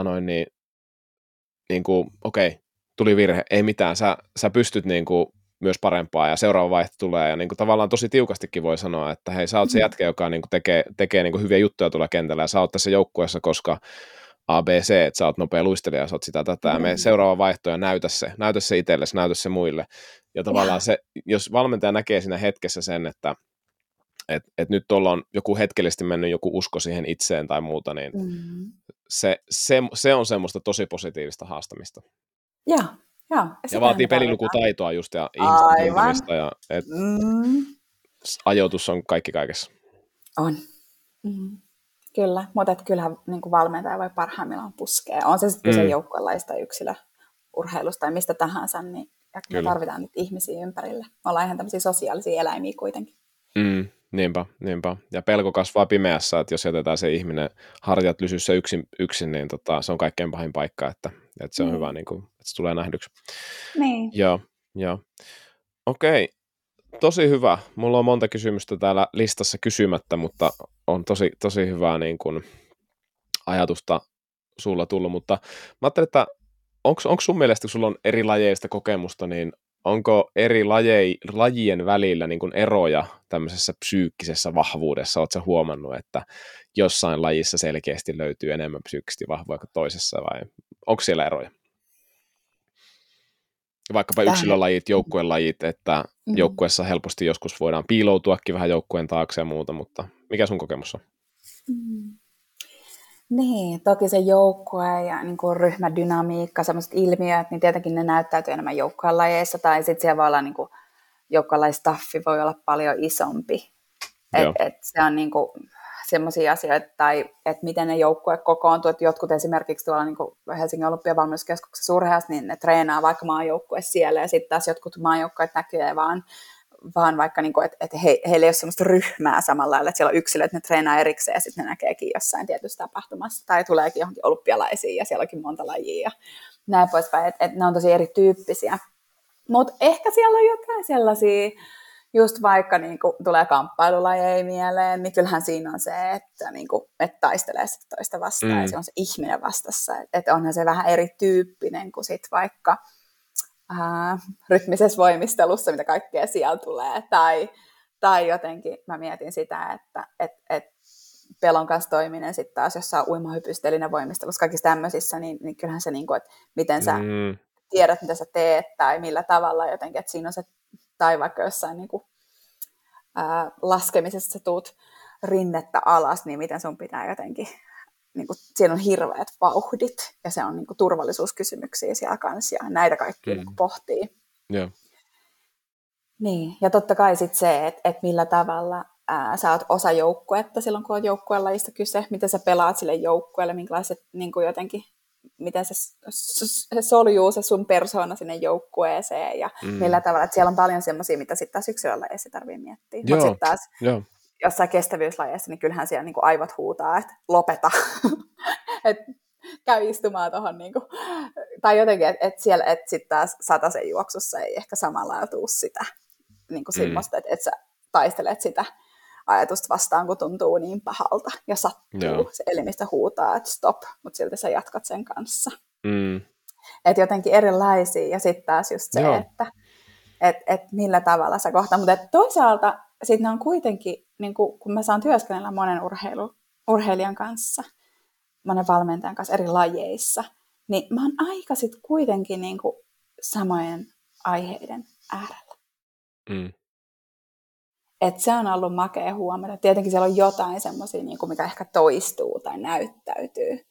niin kuin, okei, tuli virhe, ei mitään, sä pystyt niin kuin, myös parempaa ja seuraava vaihto tulee ja niin kuin, tavallaan tosi tiukastikin voi sanoa, että hei, sä oot se jätkä, joka niin kuin, tekee niin kuin, hyviä juttuja tuolla kentällä ja sä oot tässä joukkueessa, koska ABC, että sä oot nopea luistelija, sä oot sitä tätä, ja me seuraava vaihto ja näytä se itsellesi, näytä se muille. Ja tavallaan se, jos valmentaja näkee siinä hetkessä sen, että nyt tuolla on joku hetkellisesti mennyt joku usko siihen itseen tai muuta, niin se on semmoista tosi positiivista haastamista. Joo. Ja vaatii pelilukutaitoa just ja ihmisten tuntemista, ja ajoitus on kaikki kaikessa. On. Kyllä, mutta kyllähän niin kuin valmentaja voi parhaimmillaan puskea. On se sitten kyse joukkuelaista, yksilöurheilusta tai mistä tahansa, niin me tarvitaan nyt ihmisiä ympärille. Me ollaan ihan tämmöisiä sosiaalisia eläimiä kuitenkin. Niinpä. Ja pelko kasvaa pimeässä, että jos jätetään se ihminen harjat lysyssä yksin niin se on kaikkein pahin paikka, että se on hyvä, niin kuin, että se tulee nähdyksi. Niin. Joo. Okei. Tosi hyvä. Mulla on monta kysymystä täällä listassa kysymättä, mutta on tosi hyvää niin kuin ajatusta sulla tullut. Mutta mä ajattelin, että onko sun mielestä, kun sulla on eri lajeista kokemusta, niin onko eri lajien välillä niin kuin eroja tämmöisessä psyykkisessä vahvuudessa? Oletko sä huomannut, että jossain lajissa selkeästi löytyy enemmän psyykkisesti vahvoja kuin toisessa, vai onko siellä eroja? Vaikkapa yksilölajit, joukkuelajit, että joukkueessa helposti joskus voidaan piiloutuakin vähän joukkueen taakse ja muuta, mutta mikä sun kokemus on? Niin, toki se joukkue ja niin kuin ryhmädynamiikka, sellaiset ilmiöt, niin tietenkin ne näyttäytyy enemmän joukkuelajeissa, tai sitten siellä voi olla niin kuin joukkuelajistaffi voi olla paljon isompi. Et se on niin kuin semmoisia asioita, tai että miten ne joukkue kokoontuu, että jotkut esimerkiksi tuolla niin kuin Helsingin Olympiavalmennuskeskuksessa urheassa, niin ne treenaa vaikka maajoukkueessa siellä, ja sitten taas jotkut maajoukkueet näkyy vaan vaikka, niin kuin, että heillä ei ole semmoista ryhmää samalla lailla, että siellä on yksilöt, ne treenaa erikseen, ja sitten ne näkeekin jossain tietyssä tapahtumassa, tai tuleekin johonkin olympialaisiin, ja siellä onkin monta lajia, ja näin poispäin, että ne on tosi erityyppisiä. Mutta ehkä siellä on jotain sellaisia, just vaikka niin kun tulee kamppailulajeja mieleen, niin kyllähän siinä on se, että, niin kun, että taistelee sitä toista vastaan, ja se on se ihminen vastassa. Että onhan se vähän erityyppinen kuin sit vaikka rytmisessä voimistelussa, mitä kaikkea siellä tulee. Tai jotenkin mä mietin sitä, että pelon kanssa toiminen sitten taas jossain uimahypystelinä voimistelussa, kaikissa tämmöisissä, niin kyllähän se, niin kun, että miten sä tiedät, mitä sä teet, tai millä tavalla jotenkin, että siinä on se, tai vaikka jossain niin kuin, laskemisessa sä tuut rinnettä alas, niin miten sun pitää jotenkin, niin kuin, siellä on hirveät vauhdit, ja se on niin kuin, turvallisuuskysymyksiä siellä kanssa, ja näitä kaikkia niin kuin, pohtii. Yeah. Niin, ja totta kai sitten se, että millä tavalla sä oot osa joukkuetta silloin, kun on joukkuelajista kyse, miten sä pelaat sille joukkueelle, minkälaiset niin kuin jotenkin, miten se soljuu se sun persoona sinne joukkueeseen, ja millä tavalla, että siellä on paljon semmoisia, mitä sitten taas yksilölajeissa tarvii miettiä. Mutta sitten taas jossain kestävyyslajeissa, niin kyllähän siellä niin kuin aivot huutaa, että lopeta, että käy istumaan tuohon, niin kuin, tai jotenkin, että siellä, että sitten taas satasen juoksussa ei ehkä samalla lailla tuu sitä niin kuin semmoista, että sä taistelet sitä ajatusta vastaan, kun tuntuu niin pahalta ja sattuu. Se elimistö huutaa, että stop, mutta silti sä jatkat sen kanssa. Että jotenkin erilaisia, ja sitten taas just se, että millä tavalla sä kohtaa. Mutta toisaalta sitten ne on kuitenkin, niin kun mä saan työskennellä monen urheilijan kanssa, monen valmentajan kanssa eri lajeissa, niin mä oon aika sitten kuitenkin niin kuin samojen aiheiden äärellä. Että se on ollut makea huomata. Tietenkin siellä on jotain semmoisia, niin mikä ehkä toistuu tai näyttäytyy.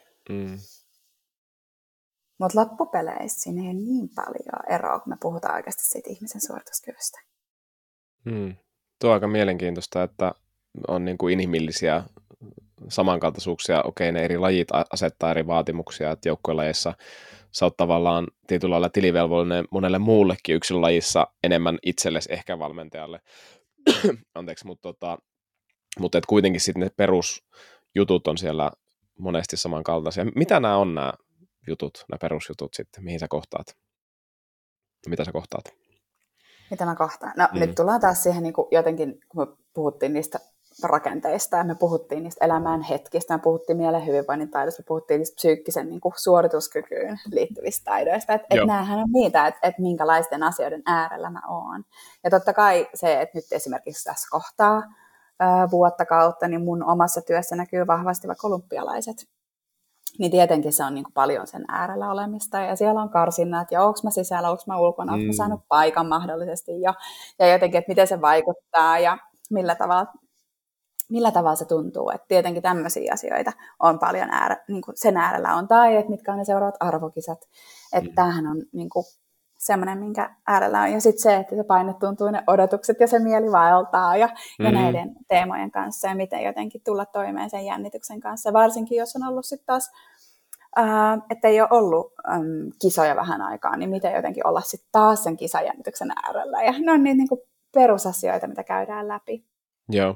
Mutta loppupeleissä siinä ei ole niin paljon eroa, kun me puhutaan oikeasti siitä ihmisen suorituskyvystä. Tuo on aika mielenkiintoista, että on niin kuin inhimillisiä samankaltaisuuksia. Okei, ne eri lajit asettaa eri vaatimuksia, että joukkuelajeissa sä oot tavallaan tietyllä lailla tilivelvollinen monelle muullekin yksilölajissa enemmän itsellesi ehkä valmentajalle. Anteeksi, mutta et kuitenkin sitten ne perusjutut on siellä monesti samankaltaisia. Mitä nämä on nämä jutut, nämä perusjutut sitten, mihin sä kohtaat, mitä sä kohtaat? Mitä mä kohtaan? No nyt tullaan taas siihen niin kuin jotenkin, kun me puhuttiin niistä rakenteista ja me puhuttiin niistä elämän hetkistä, me puhuttiin mielen hyvinvoinnin taidoista, me puhuttiin niistä psyykkisen niin kuin suorituskykyyn liittyvistä taidoista. Että näähän on niitä, että minkälaisten asioiden äärellä mä oon. Ja totta kai se, että nyt esimerkiksi tässä kohtaa vuotta kautta, niin mun omassa työssä näkyy vahvasti vaikka olympialaiset. Niin tietenkin se on niin kuin paljon sen äärellä olemista, ja siellä on karsinnat, ja onko mä sisällä, onko mä ulkona, onko mä saanut paikan mahdollisesti, ja jotenkin, että miten se vaikuttaa, ja millä tavalla se tuntuu. Että tietenkin tämmöisiä asioita on paljon niin kuin sen äärellä on, tai että mitkä on ne seuraavat arvokisat. Että tämähän on niin kuin semmoinen, minkä äärellä on. Ja sitten se, että se paine tuntuu, ne odotukset ja se mieli vaeltaa ja näiden teemojen kanssa ja miten jotenkin tulla toimeen sen jännityksen kanssa. Varsinkin, jos on ollut sitten taas, että ei ole ollut kisoja vähän aikaa, niin miten jotenkin olla sitten taas sen kisajännityksen äärellä. Ja ne on niitä niin kuin perusasioita, mitä käydään läpi. Joo.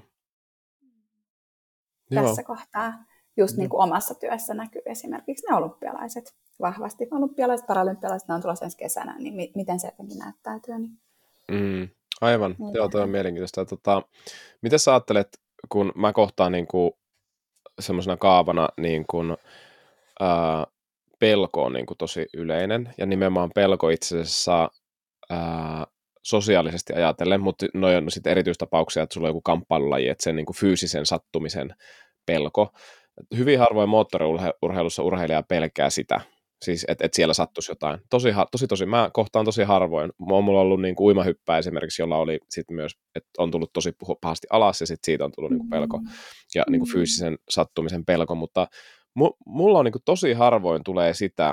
Tässä kohtaa just niin kuin omassa työssä näkyy esimerkiksi ne olympialaiset vahvasti. Olympialaiset, paralympialaiset, ne on tulossa ensi kesänä, niin miten se jotenkin näyttäytyy? Niin. Aivan, joo, toi on mielenkiintoista. Miten sä ajattelet, kun mä kohtaan niin kuin semmoisena kaavana niin kuin, pelko on niin kuin tosi yleinen, ja nimenomaan pelko itse asiassa sosiaalisesti ajatellen, mutta noi on sitten erityistapauksia, että sulla on joku kamppailulaji, että sen niin kuin fyysisen sattumisen pelko. Hyvin harvoin moottoriurheilussa urheilija pelkää sitä, siis että siellä sattuisi jotain. Tosi, mä kohtaan tosi harvoin. Mulla on ollut niin kuin uimahyppää esimerkiksi, jolla oli sitten myös, että on tullut tosi pahasti alas, ja sitten siitä on tullut niin kuin pelko ja niin kuin fyysisen sattumisen pelko, mutta mulla on niin kuin tosi harvoin tulee sitä,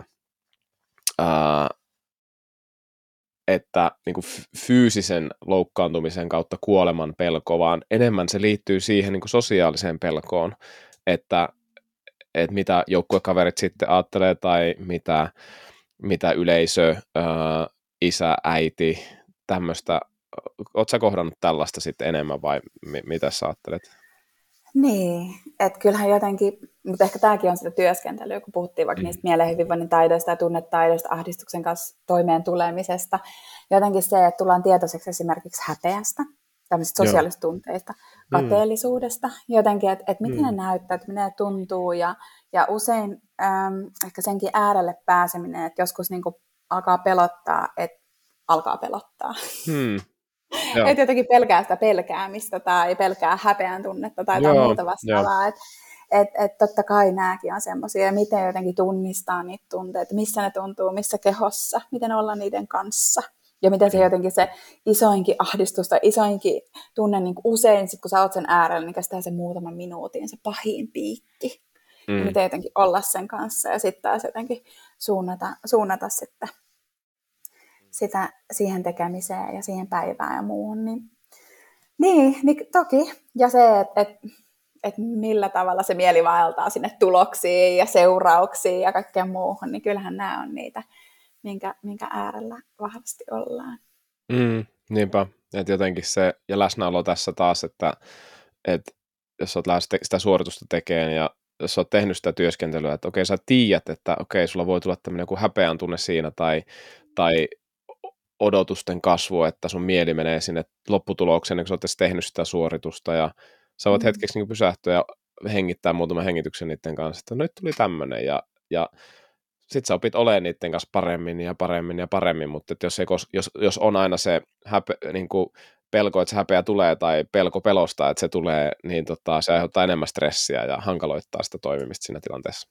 että niin kuin fyysisen loukkaantumisen kautta kuoleman pelko, vaan enemmän se liittyy siihen niin kuin sosiaaliseen pelkoon, että mitä joukkuekaverit sitten ajattelee tai mitä yleisö, isä, äiti, tämmöistä. Ootko sä kohdannut tällaista sitten enemmän vai mitä sä ajattelet? Niin, että kyllähän jotenkin, mutta ehkä tämäkin on sitä työskentelyä, kun puhuttiin vaikka niistä mielen hyvinvoinnin taidoista ja tunnetaidoista, ahdistuksen kanssa toimeen tulemisesta. Jotenkin se, että tullaan tietoiseksi esimerkiksi häpeästä, tämmöisistä sosiaalisista tunteista, kateellisuudesta, jotenkin, että miten ne näyttää, että miten ne tuntuu, ja usein ehkä senkin äärelle pääseminen, että joskus niin kuin alkaa pelottaa, että alkaa pelottaa. Että jotenkin pelkää sitä pelkäämistä tai pelkää häpeän tunnetta tai jotain muuta vastaavaa. Että totta kai nämäkin on semmoisia, ja miten jotenkin tunnistaa niitä tunteita, missä ne tuntuu, missä kehossa, miten olla niiden kanssa. Ja miten se jotenkin se isoinkin ahdistus tai isoinkin tunne, niin usein sit kun sä oot sen äärellä, niin kestää se muutaman minuutin, se pahin piikki. Ja miten jotenkin olla sen kanssa ja sitten taas jotenkin suunnata sitten sitä siihen tekemiseen ja siihen päivään ja muuhun. Niin toki. Ja se, että millä tavalla se mieli vaeltaa sinne tuloksiin ja seurauksiin ja kaikkeen muuhun, niin kyllähän nämä on niitä, minkä äärellä vahvasti ollaan. Niinpä, että jotenkin se, ja läsnäolo tässä taas, että jos sä oot lähes sitä suoritusta tekemään ja jos sä oot tehnyt sitä työskentelyä, että okei, sä tiedät, että okei, sulla voi tulla tämmöinen joku häpeän tunne siinä tai odotusten kasvu, että sun mieli menee sinne lopputulokseen, kun sä oot edes tehnyt sitä suoritusta, ja sä voit hetkeksi niin pysähtyä ja hengittää muutaman hengityksen niiden kanssa, että nyt tuli tämmöinen, ja sit sä opit olemaan niiden kanssa paremmin, mutta jos on aina se niin kuin pelko, että se häpeä tulee, tai pelko pelosta, että se tulee, niin se aiheuttaa enemmän stressiä ja hankaloittaa sitä toimimista siinä tilanteessa.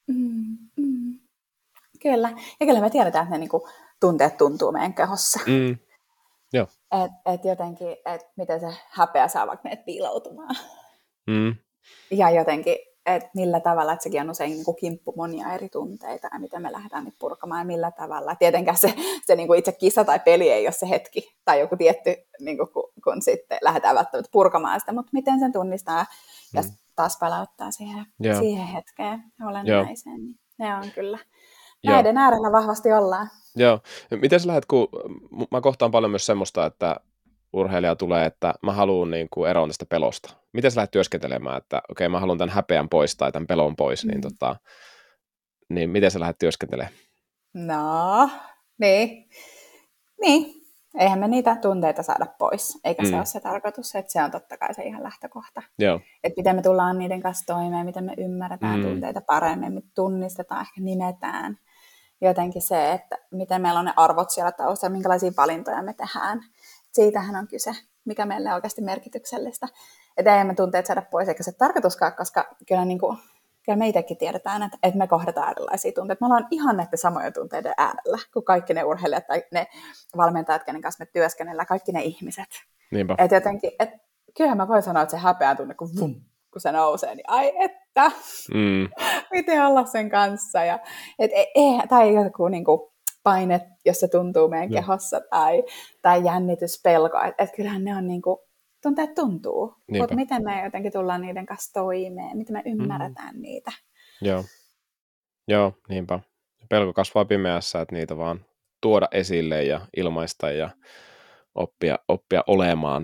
Kyllä, ja kyllä me tiedetään, että ne niinku tunteet tuntuu meidän kehossa. Joo. Et jotenkin, että miten se häpeä saa vaikka meidät piiloutumaan. Ja jotenkin, että millä tavalla, että sekin on usein niin kuin kimppu monia eri tunteita, ja miten me lähdetään nyt purkamaan, ja millä tavalla. Tietenkään se niin kuin itse kisa tai peli ei ole se hetki, tai joku tietty, niin kuin, kun sitten lähdetään välttämättä purkamaan sitä, mutta miten sen tunnistaa, ja taas palauttaa siihen hetkeen olennaiseen, niin ne on kyllä. Näiden äärellä vahvasti ollaan. Joo. Miten sä lähdet, kun mä kohtaan paljon myös semmoista, että urheilija tulee, että mä haluan niin kuin eroon tästä pelosta. Miten sä lähdet työskentelemään, että okei, mä haluan tämän häpeän pois tai tämän pelon pois, niin miten sä lähdet työskentelemään? No, niin. Eihän me niitä tunteita saada pois, eikä se ole se tarkoitus, että se on totta kai se ihan lähtökohta. Joo. Että miten me tullaan niiden kanssa toimeen, miten me ymmärretään tunteita paremmin, me tunnistetaan, ehkä nimetään. Jotenkin se, että miten meillä on ne arvot siellä taustalla, minkälaisia valintoja me tehdään. Siitähän on kyse, mikä meille on oikeasti merkityksellistä. Että ei me tunteet saada pois, eikä se tarkoituskaan, koska kyllä me itsekin tiedetään, että me kohdataan erilaisia tunteita. Me ollaan ihan näiden samojen tunteiden äärellä kuin kaikki ne urheilijat tai ne valmentajat, kenen kanssa me työskennellään, kaikki ne ihmiset. Niinpä. Että jotenkin, kyllähän mä voin sanoa, että se häpeän tunne, kun se nousee, niin ai että, miten olla sen kanssa. Ja, tai joku niin kuin paine, jos se tuntuu meidän kehossa, tai jännitys, pelko. Että kyllähän ne on niin kuin, tunteet tuntuu, mutta miten me jotenkin tullaan niiden kanssa toimeen, miten me ymmärretään niitä. Joo, niinpä. Pelko kasvaa pimeässä, että niitä vaan tuoda esille ja ilmaista ja oppia olemaan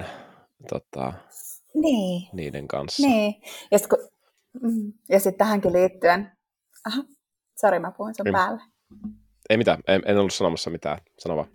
niiden kanssa. Niin, ja sitten tähänkin liittyen, sori mä puhuin sun päälle. Ei mitään, en ollut sanomassa mitään, sano vaan.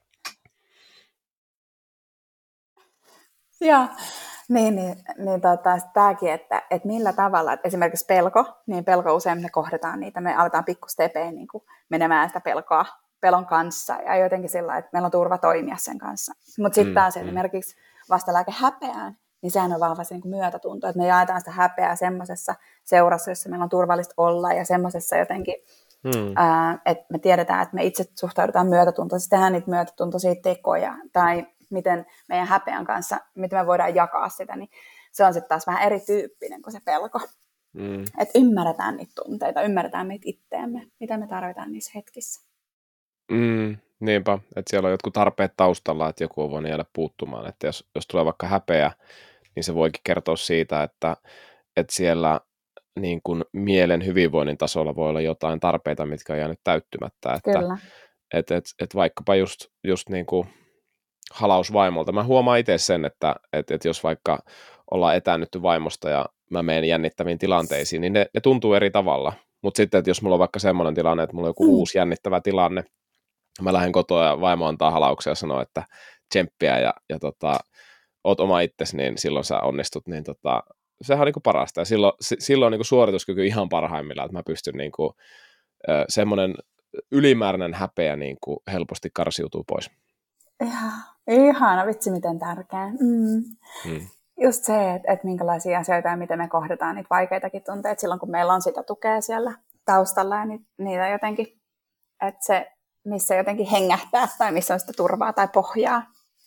Joo, niin tämäkin, että millä tavalla, että esimerkiksi pelko usein me kohdataan niitä, me aletaan pikkustepein niin menemään sitä pelon kanssa ja jotenkin sillä, että meillä on turva toimia sen kanssa. Mutta sitten taas esimerkiksi vastalääke häpeään, niin sehän on vahvasti niin myötätunto, että me jaetaan sitä häpeää semmoisessa seurassa, jossa meillä on turvallista olla ja semmoisessa jotenkin, että me tiedetään, että me itse suhtaudutaan myötätuntoisesti, tehdään niitä myötätuntoisia tekoja tai miten meidän häpeän kanssa, miten me voidaan jakaa sitä, niin se on sitten taas vähän erityyppinen kuin se pelko. Että ymmärretään niitä tunteita, ymmärretään meitä itteemme, mitä me tarvitaan niissä hetkissä. Niinpä, että siellä on jotkut tarpeet taustalla, että joku on voinut jäädä puuttumaan. Että jos tulee vaikka häpeä, niin se voikin kertoa siitä, että siellä niin kuin mielen hyvinvoinnin tasolla voi olla jotain tarpeita, mitkä on jäänyt täyttymättä. Kyllä. Että vaikkapa just niin kuin halaus vaimolta. Mä huomaan itse sen, että jos vaikka ollaan etäännytty vaimosta ja mä menen jännittäviin tilanteisiin, niin ne tuntuu eri tavalla. Mutta sitten, että jos mulla on vaikka semmoinen tilanne, että mulla on joku uusi jännittävä tilanne, mä lähden kotoa ja vaimo antaa halauksia ja sanoo, että tsemppiä ja oot oma itsesi, niin silloin sä onnistut, niin sehän on niin kuin parasta. Ja silloin niin kuin suorituskyky ihan parhaimmillaan, että mä pystyn niin kuin, semmoinen ylimääräinen häpeä niin kuin helposti karsiutuu pois. Ihana, vitsi miten tärkeä. Just se, että minkälaisia asioita ja miten me kohdataan niitä vaikeitakin tunteita silloin, kun meillä on sitä tukea siellä taustalla ja niitä jotenkin, että se, missä jotenkin hengähtää tai missä on sitä turvaa tai pohjaa.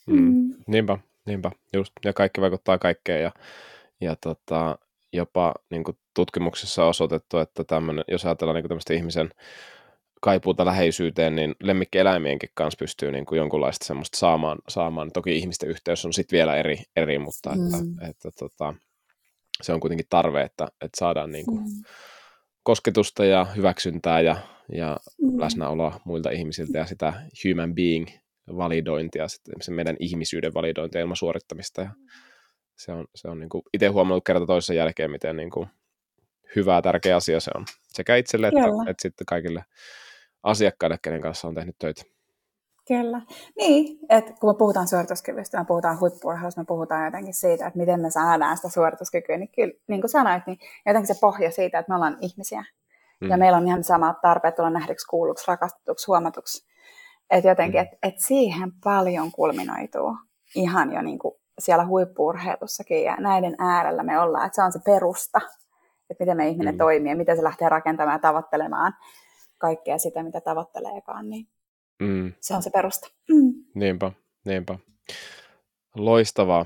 Niinpä, just. Ja kaikki vaikuttaa kaikkeen ja jopa niin kuin tutkimuksissa on osoitettu, että jos ajatellaan niin kuin tämmöistä ihmisen kaipuuta läheisyyteen, niin lemmikkieläimienkin kanssa pystyy niin kuin jonkunlaista semmoista saamaan. Toki ihmisten yhteys on sitten vielä eri mutta että se on kuitenkin tarve, että saadaan niin kuin kosketusta ja hyväksyntää ja läsnäoloa muilta ihmisiltä ja sitä human being validointia, sen meidän ihmisyyden validointia ilman suorittamista. Ja se on niin kuin itse huomannut kerta toisen jälkeen, miten niin kuin hyvä, tärkeä asia se on. Sekä itselle että sitten kaikille asiakkaille, kenen kanssa on tehnyt töitä. Kyllä. Niin, että kun me puhutaan suorituskyvystä, me puhutaan huippu-urheilusta, me puhutaan jotenkin siitä, että miten me saadaan sitä suorituskykyä, niin kyllä, niin kuin sanoit, niin jotenkin se pohja siitä, että me ollaan ihmisiä. Ja meillä on ihan samat tarpeet tulla nähdyksi, kuulluksi, rakastetuksi, huomatuksi. Että jotenkin, että siihen paljon kulminoituu ihan jo niin kuin siellä huippu-urheilussakin ja näiden äärellä me ollaan, että se on se perusta, että miten me ihminen toimii ja miten se lähtee rakentamaan ja tavoittelemaan kaikkea sitä, mitä tavoitteleekaan, niin se on se perusta. Niinpä. Loistavaa.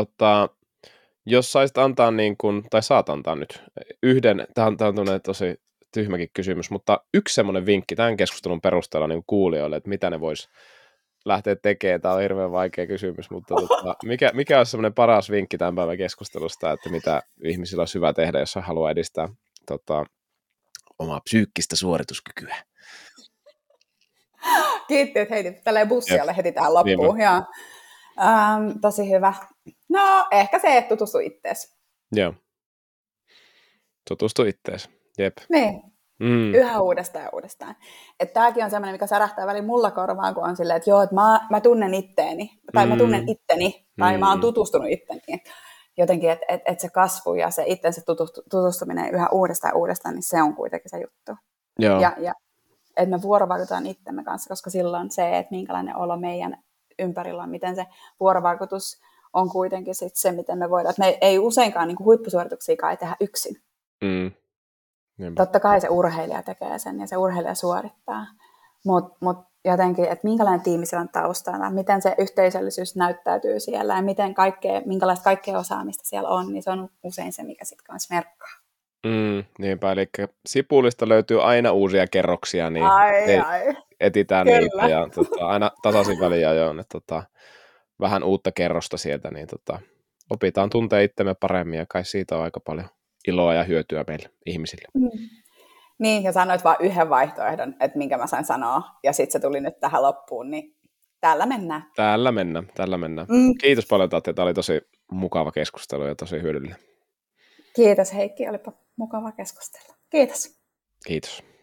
Jos saisit antaa, niin kun, tai saat antaa nyt yhden, tämä on tosi tyhmäkin kysymys, mutta yksi semmoinen vinkki tämän keskustelun perusteella niin kuulijoille, että mitä ne vois lähteä tekemään. Tämä on hirveän vaikea kysymys, mutta mikä on semmoinen paras vinkki tämän päivän keskustelusta, että mitä ihmisillä on hyvä tehdä, jos haluaa edistää omaa psyykkistä suorituskykyä? Kiitti, että heitit tälleen bussialle heti tähän loppuun. Tosi hyvä. No, ehkä se, että tutustu ittees. Joo. Tutustu ittees. Jep. Niin. Yhä uudestaan ja uudestaan. Että tämäkin on semmoinen, mikä särähtää väliin mulla korvaan, kun on silleen, että joo, että mä tunnen itteeni, tai mä tunnen itteni, tai mä oon tutustunut itteni. Jotenkin, että se kasvu ja se itsensä tutustuminen yhä uudestaan ja uudestaan, niin se on kuitenkin se juttu. Joo. Ja että me vuorovaikutetaan itsemme kanssa, koska silloin se, että minkälainen olo meidän ympärillä on, miten se vuorovaikutus on kuitenkin sit se, miten me voidaan. Että me ei useinkaan niin huippusuorituksiakaan ei tehdä yksin. Totta kai se urheilija tekee sen ja se urheilija suorittaa, mutta jotenkin, että minkälainen tiimi siellä on taustalla, miten se yhteisöllisyys näyttäytyy siellä ja minkälaista kaikkea osaamista siellä on, niin se on usein se, mikä sitten kanssa merkkaa. Niinpä, eli sipulista löytyy aina uusia kerroksia, niin etitään Kyllä. niitä ja aina tasaisin väliajoin, että vähän uutta kerrosta sieltä, niin opitaan tuntea itsemme paremmin ja kai siitä on aika paljon iloa ja hyötyä meille ihmisille. Niin, ja sanoit vaan yhden vaihtoehdon, että minkä mä sain sanoa, ja sitten se tuli nyt tähän loppuun, niin tällä mennään. Tällä mennään. Kiitos paljon, Tatja. Tämä oli tosi mukava keskustelu ja tosi hyödyllinen. Kiitos Heikki, olipa mukava keskustella. Kiitos. Kiitos.